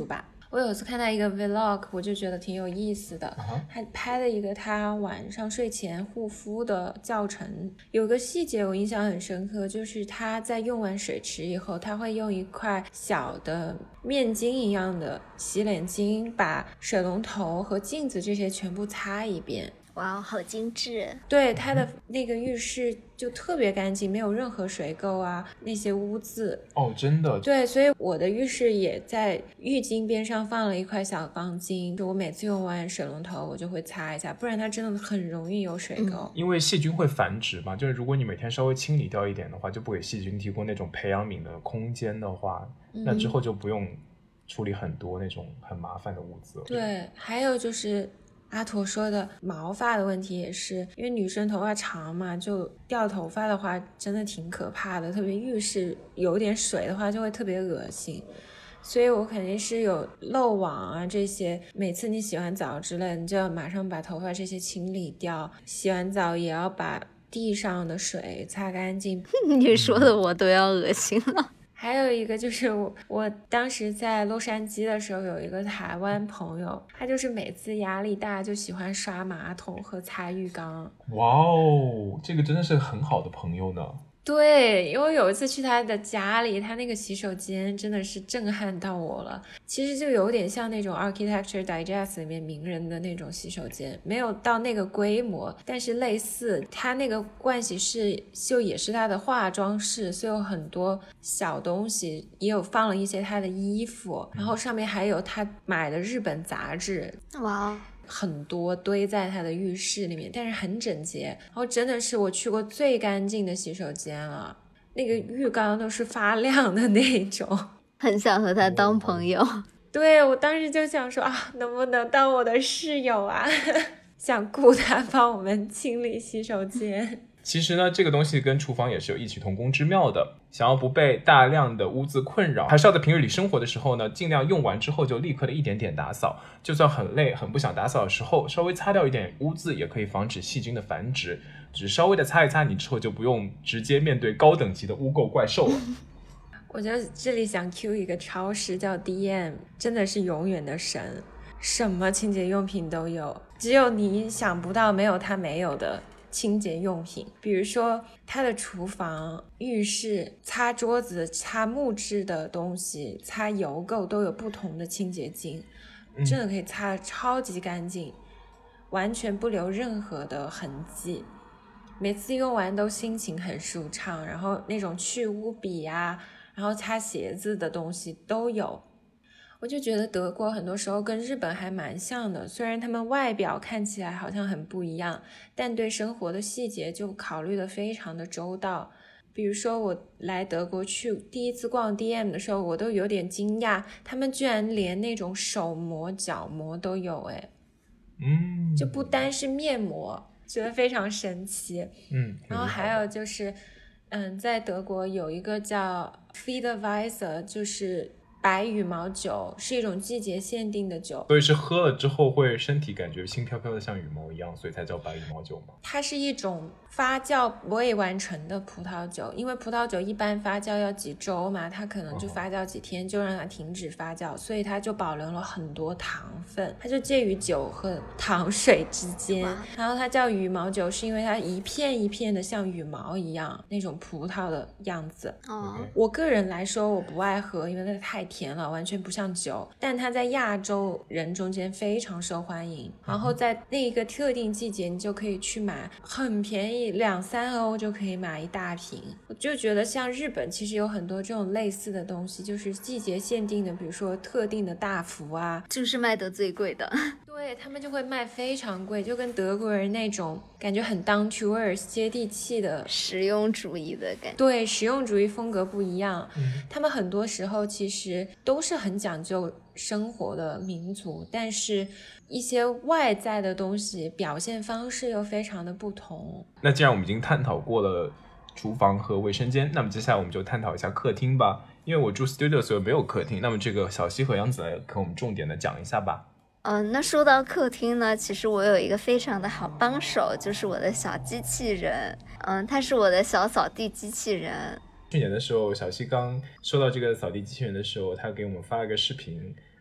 我有次看到一个 vlog， 我就觉得挺有意思的， uh-huh. 他拍了一个他晚上睡前护肤的教程，有个细节我印象很深刻，就是他在用完水池以后，他会用一块小的面巾一样的洗脸巾把水龙头和镜子这些全部擦一遍。 哇，好精致。 对，他的那个浴室就特别干净，没有任何水垢啊那些污渍。 哦，真的？ 对，所以我的浴室也在浴巾边上放了一块小钢巾，就我每次用完水龙头我就会擦一下，不然它真的很容易有水垢。 嗯、因为细菌会繁殖嘛，就是如果你每天稍微清理掉一点的话，就不给细菌提供那种培养皿的空间的话、嗯、那之后就不用处理很多那种很麻烦的污渍。 对，还有就是阿驼说的毛发的问题也是，因为女生头发长嘛，就掉头发的话真的挺可怕的，特别浴室有点水的话就会特别恶心，所以我肯定是有漏网啊这些，每次你洗完澡之类你就要马上把头发这些清理掉，洗完澡也要把地上的水擦干净。 你说的我都要恶心了。 还有一个就是我我当时在洛杉矶的时候，有一个台湾朋友，他就是每次压力大就喜欢刷马桶和擦浴缸。 哇哦，这个真的是很好的朋友呢。 对，因为有一次去他的家里，他那个洗手间真的是震撼到我了。其实就有点像那种 Architecture Digest 里面名人的那种洗手间，没有到那个规模，但是类似。他那个盥洗室就也是他的化妆室，所以有很多小东西，也有放了一些他的衣服，然后上面还有他买的日本杂志。 哇， 很多堆在他的浴室里面，但是很整洁，然后真的是我去过最干净的洗手间了，那个浴缸都是发亮的那种。 很想和他当朋友。 对，我当时就想说啊，能不能当我的室友啊想雇他帮我们清理洗手间。 其实呢，这个东西跟厨房也是有异曲同工之妙的。想要不被大量的污渍困扰，还是要在平日里生活的时候呢，尽量用完之后就立刻的一点点打扫。就算很累很不想打扫的时候，稍微擦掉一点污渍也可以防止细菌的繁殖。只是稍微的擦一擦，你之后就不用直接面对高等级的污垢怪兽了。 我觉得这里想 Q 一个超市叫 D M， 真的是永远的神，什么清洁用品都有，只有你想不到没有它没有的清洁用品。比如说它的厨房、浴室、擦桌子、擦木质的东西、擦油垢都有不同的清洁精，真的可以擦得超级干净，完全不留任何的痕迹，每次用完都心情很舒畅。然后那种去污笔啊，然后擦鞋子的东西都有。我就觉得德国很多时候跟日本还蛮像的，虽然他们外表看起来好像很不一样，但对生活的细节就考虑得非常的周到。比如说我来德国去第一次逛 D M 的时候，我都有点惊讶，他们居然连那种手膜、脚膜都有，诶嗯， 就不单是面膜，觉得非常神奇。 嗯， 然后还有就是嗯，在德国有一个叫 Federweißer， 就是白羽毛酒，是一种季节限定的酒， 所以是喝了之后会身体感觉轻飘飘的像羽毛一样，所以才叫白羽毛酒吗？ 它是一种发酵未完成的葡萄酒，因为葡萄酒一般发酵要几周嘛，它可能就发酵几天就让它停止发酵，所以它就保留了很多糖分，它就介于酒和糖水之间。然后它叫羽毛酒是因为它一片一片的像羽毛一样那种葡萄的样子。 哦， 我个人来说我不爱喝，因为它太甜了，完全不像酒，但它在亚洲人中间非常受欢迎。然后在那一个特定季节你就可以去买，很便宜，两三欧就可以买一大瓶。我就觉得像日本其实有很多这种类似的东西，就是季节限定的，比如说特定的大福啊， 就是卖的最贵的。 对，他们就会卖非常贵，就跟德国人那种感觉很 down to earth 接地气的实用主义的感觉。 对，实用主义风格不一样、 嗯、 他们很多时候其实都是很讲究生活的民族，但是一些外在的东西表现方式又非常的不同。 那既然我们已经探讨过了厨房和卫生间，那么接下来我们就探讨一下客厅吧。因为我住 studio 所以没有客厅，那么这个小西和杨子来跟我们重点的讲一下吧。 嗯、呃，那说到客厅呢，其实我有一个非常的好帮手，就是我的小机器人。嗯，它是我的小扫地机器人。 去年的时候，小西刚收到这个扫地机器人的时候，他给我们发了个视频，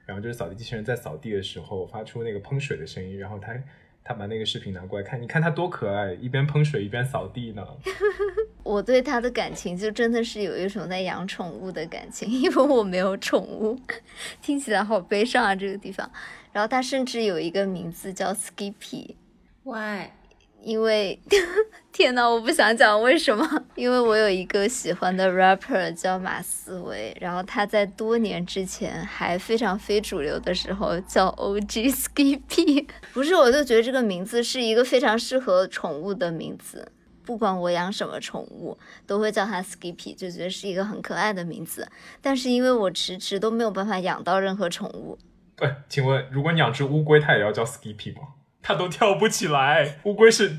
然后就是扫地机器人在扫地的时候发出那个喷水的声音，然后他他把那个视频拿过来看，你看他多可爱，一边喷水一边扫地呢。 我对他的感情就真的是有一种在养宠物的感情，因为我没有宠物，听起来好悲伤啊这个地方。然后他甚至有一个名字叫 Skippy。Why？ 因为天哪，我不想讲为什么。因为我有一个喜欢的 rapper 叫马思唯，然后他在多年之前还非常非主流的时候叫 O G Skippy。 不是，我就觉得这个名字是一个非常适合宠物的名字，不管我养什么宠物都会叫它 Skippy， 就觉得是一个很可爱的名字。但是因为我迟迟都没有办法养到任何宠物。 对，请问如果你养只乌龟它也要叫 Skippy 吗？它都跳不起来，乌龟是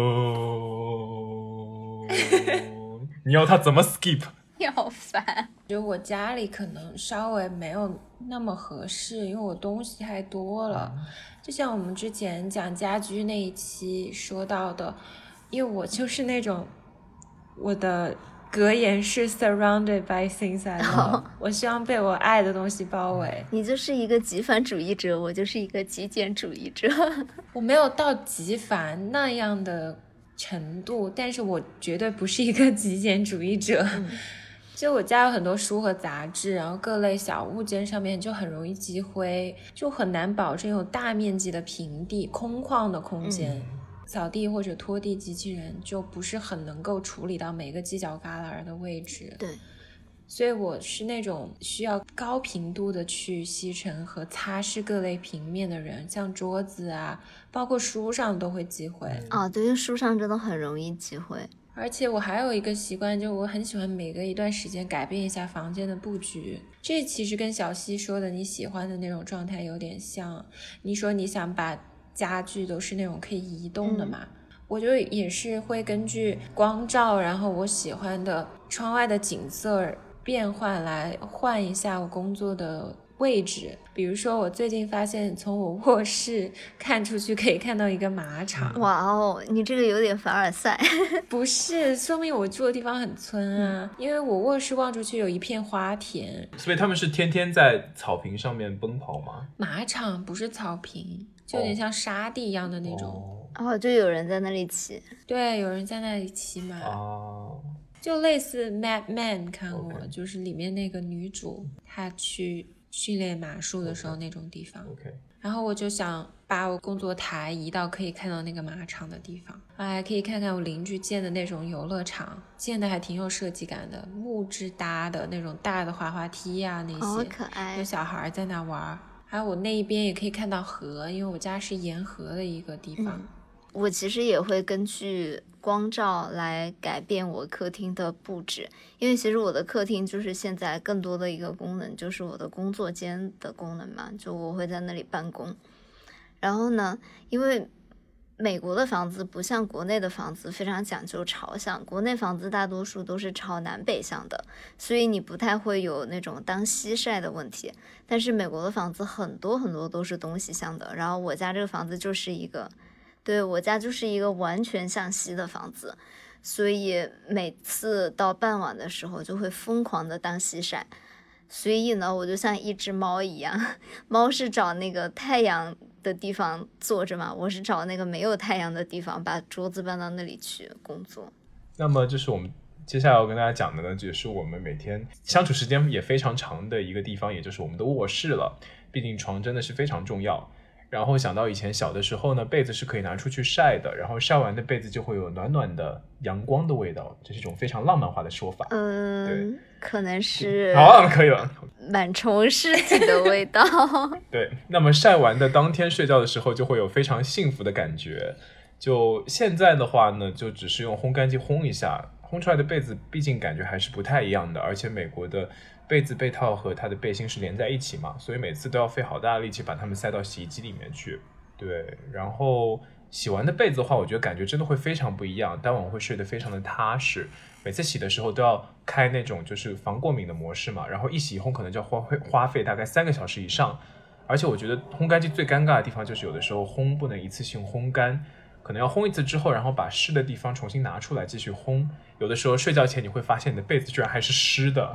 哦，你要它怎么 skip？ 你好烦。 觉得我家里可能稍微没有那么合适，因为我东西太多了、嗯、就像我们之前讲家居那一期说到的，因为我就是那种我的格言是 surrounded by things I love、oh. 我希望被我爱的东西包围。 你就是一个极繁主义者，我就是一个极简主义者。 我没有到极繁那样的程度，但是我绝对不是一个极简主义者、嗯、就我家有很多书和杂志，然后各类小物件上面就很容易积灰，就很难保证有大面积的平地空旷的空间、嗯，扫地或者拖地机器人就不是很能够处理到每个犄角旮旯的位置。 对， 所以我是那种需要高频度的去吸尘和擦拭各类平面的人，像桌子啊，包括书上都会积灰。 啊、哦，对，因为书上真的很容易积灰。 而且我还有一个习惯，就我很喜欢每隔一段时间改变一下房间的布局。这其实跟小西说的你喜欢的那种状态有点像。你说你想把家具都是那种可以移动的嘛、嗯、我就也是会根据光照，然后我喜欢的窗外的景色变换来换一下我工作的位置。比如说我最近发现从我卧室看出去可以看到一个马场。 哇哦，你这个有点凡尔赛。 不是，说明我住的地方很村啊、嗯、因为我卧室望出去有一片花田。所以他们是天天在草坪上面奔跑吗？ 马场不是草坪，就有点像沙地一样的那种。 哦，就有人在那里骑。 对，有人在那里骑马。 哦， 就类似 Mad Men 看过、okay. 就是里面那个女主她去训练马术的时候那种地方。 OK， 然后我就想把我工作台移到可以看到那个马场的地方，还可以看看我邻居建的那种游乐场，建的还挺有设计感的，木质搭的那种大的滑滑梯啊，那些好可爱， 有小孩在那玩。还有我那一边也可以看到河，因为我家是沿河的一个地方、嗯、 我其实也会根据光照来改变我客厅的布置，因为其实我的客厅就是现在更多的一个功能就是我的工作间的功能嘛，就我会在那里办公。然后呢，因为美国的房子不像国内的房子非常讲究朝向，国内房子大多数都是朝南北向的，所以你不太会有那种当西晒的问题。但是美国的房子很多很多都是东西向的，然后我家这个房子就是一个对我家就是一个完全向西的房子，所以每次到傍晚的时候就会疯狂的当西晒。所以呢，我就像一只猫一样，猫是找那个太阳的地方坐着嘛，我是找那个没有太阳的地方，把桌子搬到那里去工作。 那么就是我们接下来要跟大家讲的呢，就是我们每天相处时间也非常长的一个地方，也就是我们的卧室了。毕竟床真的是非常重要。然后想到以前小的时候呢，被子是可以拿出去晒的，然后晒完的被子就会有暖暖的阳光的味道，这是一种非常浪漫化的说法。 嗯，对，可能是好，可以了， 螨虫尸体的味道。 对，那么晒完的当天睡觉的时候就会有非常幸福的感觉。就现在的话呢，就只是用烘干机烘一下，烘出来的被子毕竟感觉还是不太一样的，而且美国的被子被套和它的背心是连在一起嘛，所以每次都要费好大的力气把它们塞到洗衣机里面去。对，然后洗完的被子的话，我觉得感觉真的会非常不一样，当晚会睡得非常的踏实。每次洗的时候都要开那种就是防过敏的模式嘛，然后一洗一烘可能就要花费花费大概三个小时以上。而且我觉得烘干机最尴尬的地方就是有的时候烘不能一次性烘干，可能要烘一次之后，然后把湿的地方重新拿出来继续烘。有的时候睡觉前你会发现你的被子居然还是湿的，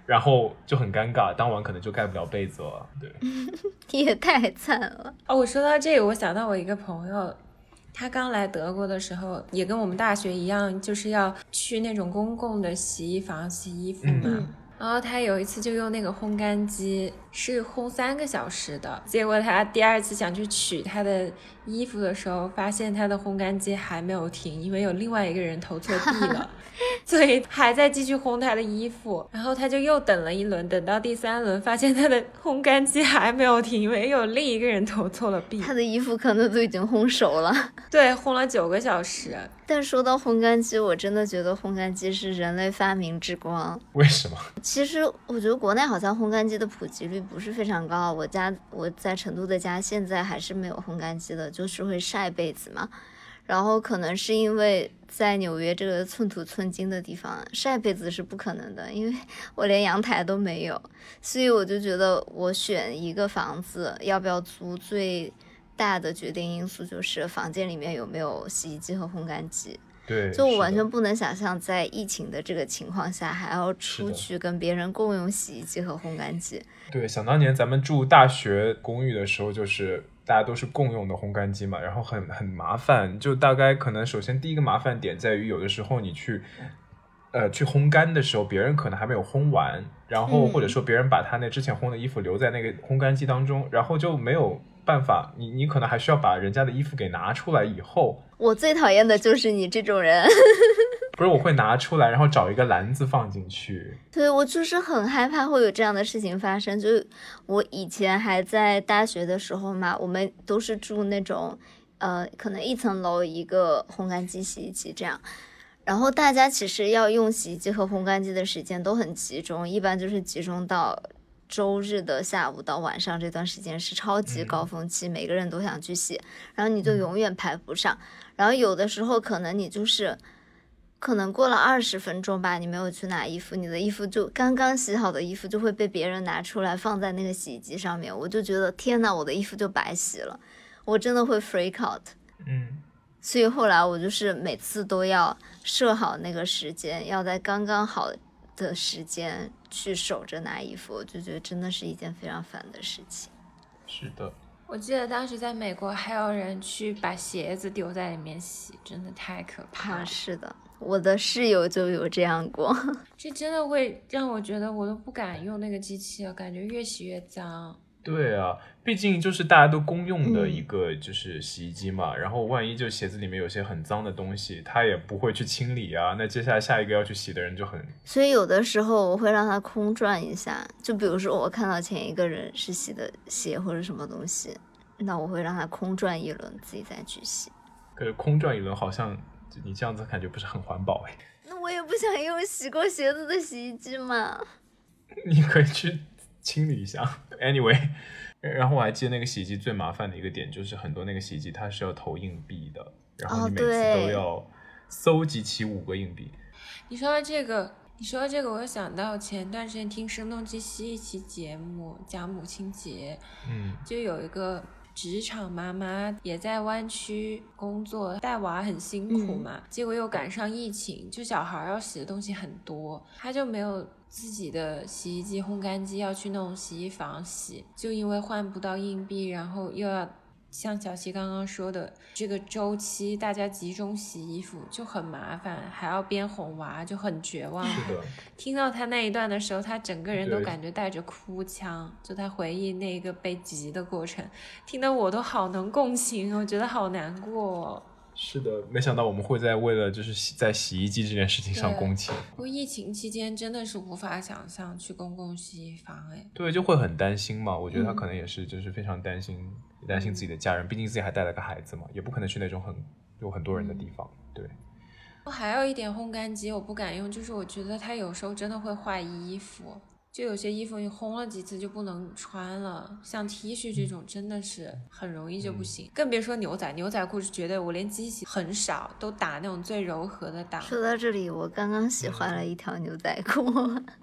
然后就很尴尬，当晚可能就盖不了被子了。对， 你也太惨了。 哦，我说到这个，我想到我一个朋友，他刚来德国的时候，也跟我们大学一样，就是要去那种公共的洗衣房洗衣服嘛。 嗯然后他有一次就用那个烘干机，是烘三个小时的。结果他第二次想去取他的衣服的时候，发现他的烘干机还没有停，因为有另外一个人投错地了。所以还在继续烘他的衣服，然后他就又等了一轮，等到第三轮发现他的烘干机还没有停，因为有另一个人投错了币。 他的衣服可能都已经烘熟了。 对，烘了九个小时。 但说到烘干机，我真的觉得烘干机是人类发明之光。 为什么？ 其实我觉得国内好像烘干机的普及率不是非常高，我家我在成都的家现在还是没有烘干机的，就是会晒被子嘛。然后可能是因为在纽约这个寸土寸金的地方，晒被子是不可能的，因为我连阳台都没有，所以我就觉得我选一个房子要不要租，最大的决定因素就是房间里面有没有洗衣机和烘干机。 对， 就我完全不能想象在疫情的这个情况下还要出是去跟别人共用洗衣机和烘干机。 对，想当年咱们住大学公寓的时候，就是大家都是共用的烘干机嘛，然后很很麻烦。就大概可能首先第一个麻烦点在于，有的时候你去呃去烘干的时候，别人可能还没有烘完，然后或者说别人把他那之前烘的衣服留在那个烘干机当中，然后就没有办法，你你可能还需要把人家的衣服给拿出来以后。 我最讨厌的就是你这种人。 不是，我会拿出来，然后找一个篮子放进去。 对，我就是很害怕会有这样的事情发生。就是我以前还在大学的时候嘛，我们都是住那种呃，可能一层楼一个烘干机、洗衣机这样。然后大家其实要用洗衣机和烘干机的时间都很集中，一般就是集中到周日的下午到晚上这段时间是超级高峰期，嗯、每个人都想去洗，然后你就永远排不上。然后有的时候可能你就是可能过了二十分钟吧，你没有去拿衣服，你的衣服就刚刚洗好的衣服就会被别人拿出来放在那个洗衣机上面，我就觉得天哪，我的衣服就白洗了，我真的会 freak out。 嗯， 所以后来我就是每次都要设好那个时间，要在刚刚好的时间去守着拿衣服，我就觉得真的是一件非常烦的事情。 是的， 我记得当时在美国还有人去把鞋子丢在里面洗，真的太可怕了。 啊，是的，我的室友就有这样过。 这真的会让我觉得我都不敢用那个机器了，感觉越洗越脏。 对啊，毕竟就是大家都公用的一个就是洗衣机嘛、嗯、然后万一就鞋子里面有些很脏的东西，他也不会去清理啊，那接下来下一个要去洗的人就很…… 所以有的时候我会让它空转一下，就比如说我看到前一个人是洗的鞋或者什么东西，那我会让它空转一轮自己再去洗。 可是空转一轮好像你这样子感觉不是很环保哎。 那我也不想用洗过鞋子的洗衣机嘛。 你可以去清理一下 anyway， 然后我还记得那个洗衣机最麻烦的一个点就是很多那个洗衣机它是要投硬币的，然后你每次都要搜集齐五个硬币、哦、 你说到这个你说到这个我又想到前段时间听声东击西一期节目讲母亲节， 嗯， 就有一个职场妈妈也在湾区工作，带娃很辛苦嘛、嗯、结果又赶上疫情，就小孩要洗的东西很多，她就没有自己的洗衣机烘干机，要去那种洗衣房洗，就因为换不到硬币，然后又要像小七刚刚说的这个周期大家集中洗衣服就很麻烦，还要边哄娃，就很绝望。 是的， 听到他那一段的时候他整个人都感觉带着哭腔，就他回忆那个被挤的过程，听得我都好能共情，我觉得好难过、哦。 是的，没想到我们会在为了就是洗在洗衣机这件事情上共情。 不过疫情期间真的是无法想象去公共洗衣房，哎， 对，就会很担心嘛。我觉得他可能也是就是非常担心、嗯、担心自己的家人，毕竟自己还带了个孩子嘛，也不可能去那种很有很多人的地方、嗯、对。 还有一点烘干机我不敢用，就是我觉得它有时候真的会坏衣服，就有些衣服你烘了几次就不能穿了，像 T 恤这种真的是很容易就不行、嗯、更别说牛仔牛仔裤是绝对，我连机洗很少，都打那种最柔和的档。 说到这里我刚刚洗坏了一条牛仔裤、嗯、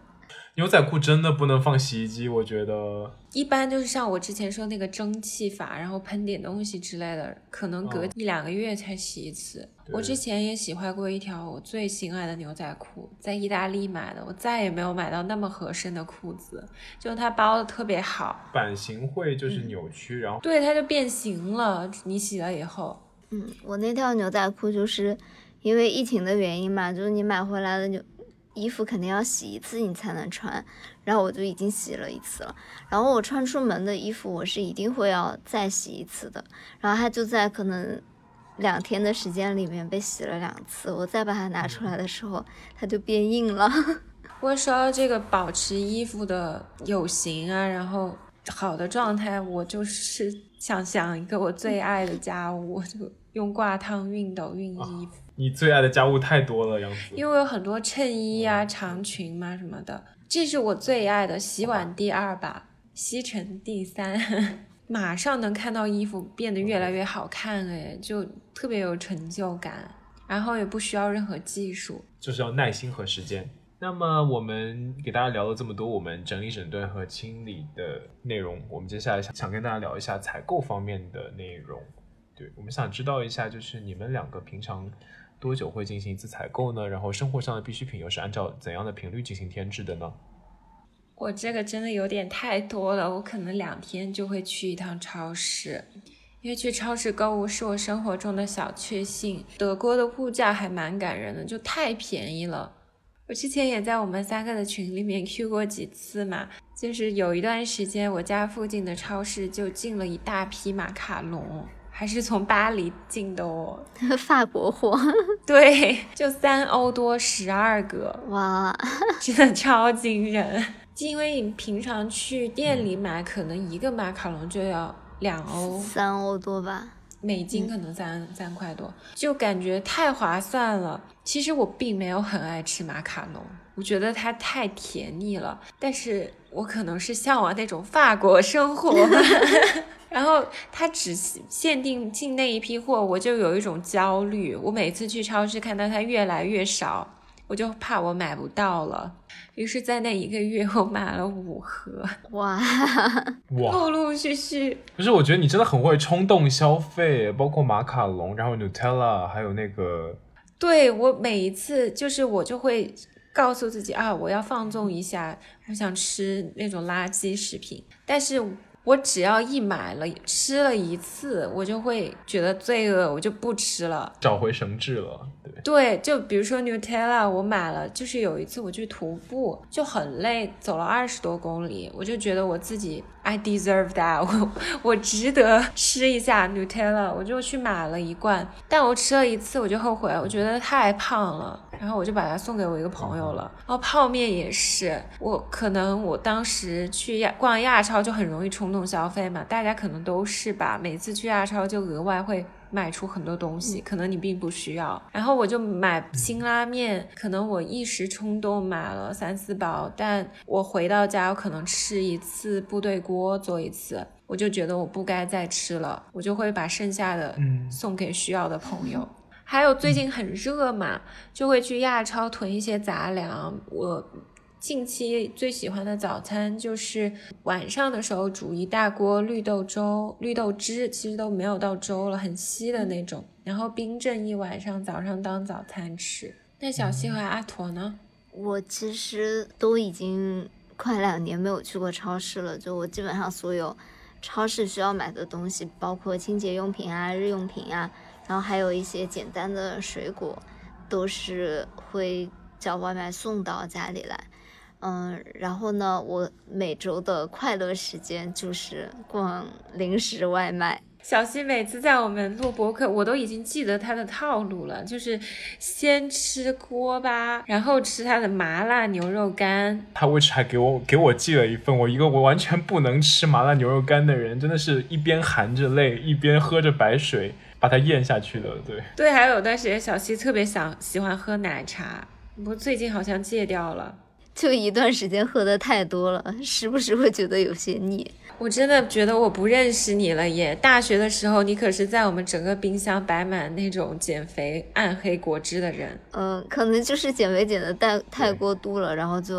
牛仔裤真的不能放洗衣机，我觉得一般就是像我之前说那个蒸汽法，然后喷点东西之类的，可能隔一两个月才洗一次。哦、我之前也洗坏过一条我最心爱的牛仔裤，在意大利买的，我再也没有买到那么合身的裤子，就它包的特别好， 版型会就是扭曲、嗯、然后对它就变形了，你洗了以后。 嗯，我那条牛仔裤就是因为疫情的原因嘛，就是你买回来的牛衣服肯定要洗一次你才能穿，然后我就已经洗了一次了，然后我穿出门的衣服我是一定会要再洗一次的，然后它就在可能两天的时间里面被洗了两次，我再把它拿出来的时候它就变硬了。 不过说到这个保持衣服的有型啊，然后好的状态，我就是想想一个我最爱的家务，就用挂烫熨斗熨衣服、啊、 你最爱的家务太多了杨子， 因为我有很多衬衣啊、长裙嘛什么的，这是我最爱的。洗碗第二吧，吸尘第三。马上能看到衣服变得越来越好看，哎，就特别有成就感，然后也不需要任何技术， 就是要耐心和时间。那么我们给大家聊了这么多我们整理整顿和清理的内容，我们接下来想跟大家聊一下采购方面的内容。对，我们想知道一下，就是你们两个平常多久会进行一次采购呢？然后生活上的必需品又是按照怎样的频率进行添置的呢？ 我这个真的有点太多了，我可能两天就会去一趟超市，因为去超市购物是我生活中的小确幸。德国的物价还蛮感人的，就太便宜了。我之前也在我们三个的群里面 Q 过几次嘛，就是有一段时间我家附近的超市就进了一大批马卡龙，还是从巴黎进的哦， 法国货。 对，就三欧多十二个， 哇， 真的超惊人。因为你平常去店里买，可能一个马卡龙就要两欧， 三欧多吧， 美金可能三、嗯、三块多，就感觉太划算了。其实我并没有很爱吃马卡龙，我觉得它太甜腻了，但是我可能是向往那种法国生活然后它只限定进那一批货，我就有一种焦虑，我每次去超市看到它越来越少，我就怕我买不到了，于是在那一个月我买了五盒。 哇哇， 陆陆续续。 不是，我觉得你真的很会冲动消费，包括马卡龙，然后 Nutella， 还有那个。 对，我每一次就是我就会告诉自己啊，我要放纵一下，我想吃那种垃圾食品，但是我只要一买了吃了一次，我就会觉得罪恶，我就不吃了， 找回神智了。对对，就比如说 Nutella 我买了，就是有一次我去徒步就很累，走了二十多公里，我就觉得我自己 I deserve that， 我我值得吃一下 Nutella， 我就去买了一罐，但我吃了一次我就后悔，我觉得太胖了，然后我就把它送给我一个朋友了。然后泡面也是，我可能我当时去亚逛亚超就很容易冲动消费嘛，大家可能都是吧，每次去亚超就额外会买出很多东西，可能你并不需要。然后我就买辛拉面，可能我一时冲动买了三四包，但我回到家我可能吃一次部队锅做一次，我就觉得我不该再吃了，我就会把剩下的送给需要的朋友。嗯、还有最近很热嘛，就会去亚超囤一些杂粮。我近期最喜欢的早餐就是晚上的时候煮一大锅绿豆粥，绿豆汁其实都没有到粥了，很稀的那种，然后冰镇一晚上，早上当早餐吃。那小西和阿驼呢？ 我其实都已经快两年没有去过超市了，就我基本上所有超市需要买的东西，包括清洁用品啊、日用品啊，然后还有一些简单的水果，都是会叫外卖送到家里来。嗯，然后呢，我每周的快乐时间就是逛零食外卖。 小西每次在我们录播客，我都已经记得他的套路了，就是先吃锅巴，然后吃他的麻辣牛肉干。 他为此还给我给我寄了一份，我一个我完全不能吃麻辣牛肉干的人，真的是一边含着泪一边喝着白水把它咽下去的。对对，还有段时间小西特别想喜欢喝奶茶，不过最近好像戒掉了。 就一段时间喝的太多了，时不时会觉得有些腻。 我真的觉得我不认识你了耶！大学的时候，你可是在我们整个冰箱摆满那种减肥暗黑果汁的人。 嗯、呃，可能就是减肥减的太太过度了，然后就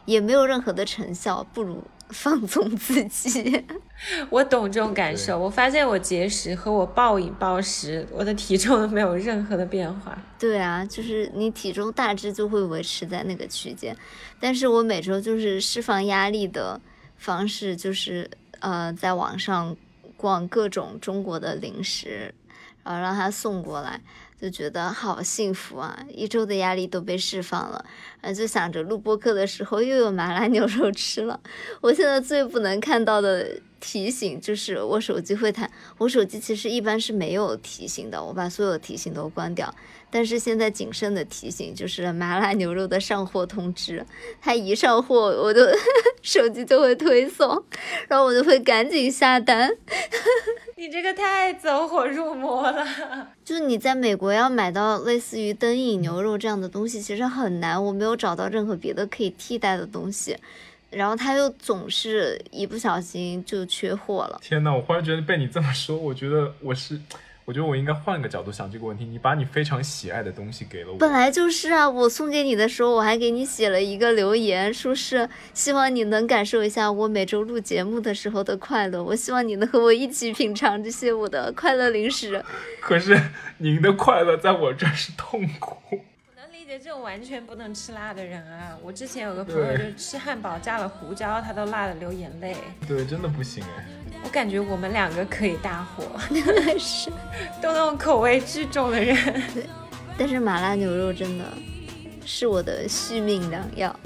也没有任何的成效，不如放纵自己。 我懂这种感受，我发现我节食和我暴饮暴食，我的体重都没有任何的变化。 对啊，就是你体重大致就会维持在那个区间，但是我每周就是释放压力的方式就是呃，在网上逛各种中国的零食，然后让他送过来，就觉得好幸福啊，一周的压力都被释放了。然后就想着录播课的时候又有麻辣牛肉吃了。我现在最不能看到的提醒就是我手机会弹，我手机其实一般是没有提醒的，我把所有提醒都关掉，但是现在仅剩的提醒就是麻辣牛肉的上货通知，它一上货我就手机就会推送，然后我就会赶紧下单。 你这个太走火入魔了。 就是你在美国要买到类似于灯影牛肉这样的东西其实很难，我没有找到任何别的可以替代的东西，然后它又总是一不小心就缺货了。 天哪，我忽然觉得被你这么说，我觉得我是我觉得我应该换个角度想这个问题，你把你非常喜爱的东西给了我。 本来就是啊，我送给你的时候我还给你写了一个留言，说是希望你能感受一下我每周录节目的时候的快乐，我希望你能和我一起品尝这些我的快乐零食。 可是您的快乐在我这儿是痛苦。 这种完全不能吃辣的人啊，我之前有个朋友就吃汉堡加了胡椒他都辣的流眼泪。 对，真的不行哎。 我感觉我们两个可以大火。 是都那种口味巨重的人。 对，但是麻辣牛肉真的是我的续命良药。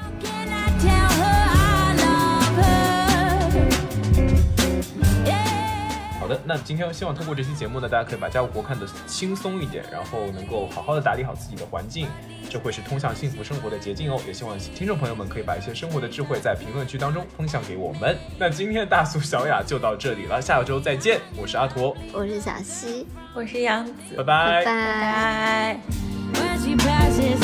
好的，那今天希望通过这期节目呢，大家可以把家务活看得轻松一点，然后能够好好的打理好自己的环境，这会是通向幸福生活的捷径哦。也希望听众朋友们可以把一些生活的智慧在评论区当中分享给我们。那今天的大苏小雅就到这里了，下周再见。我是阿驼， 我是小西， 我是杨子， 拜拜拜拜。 拜拜。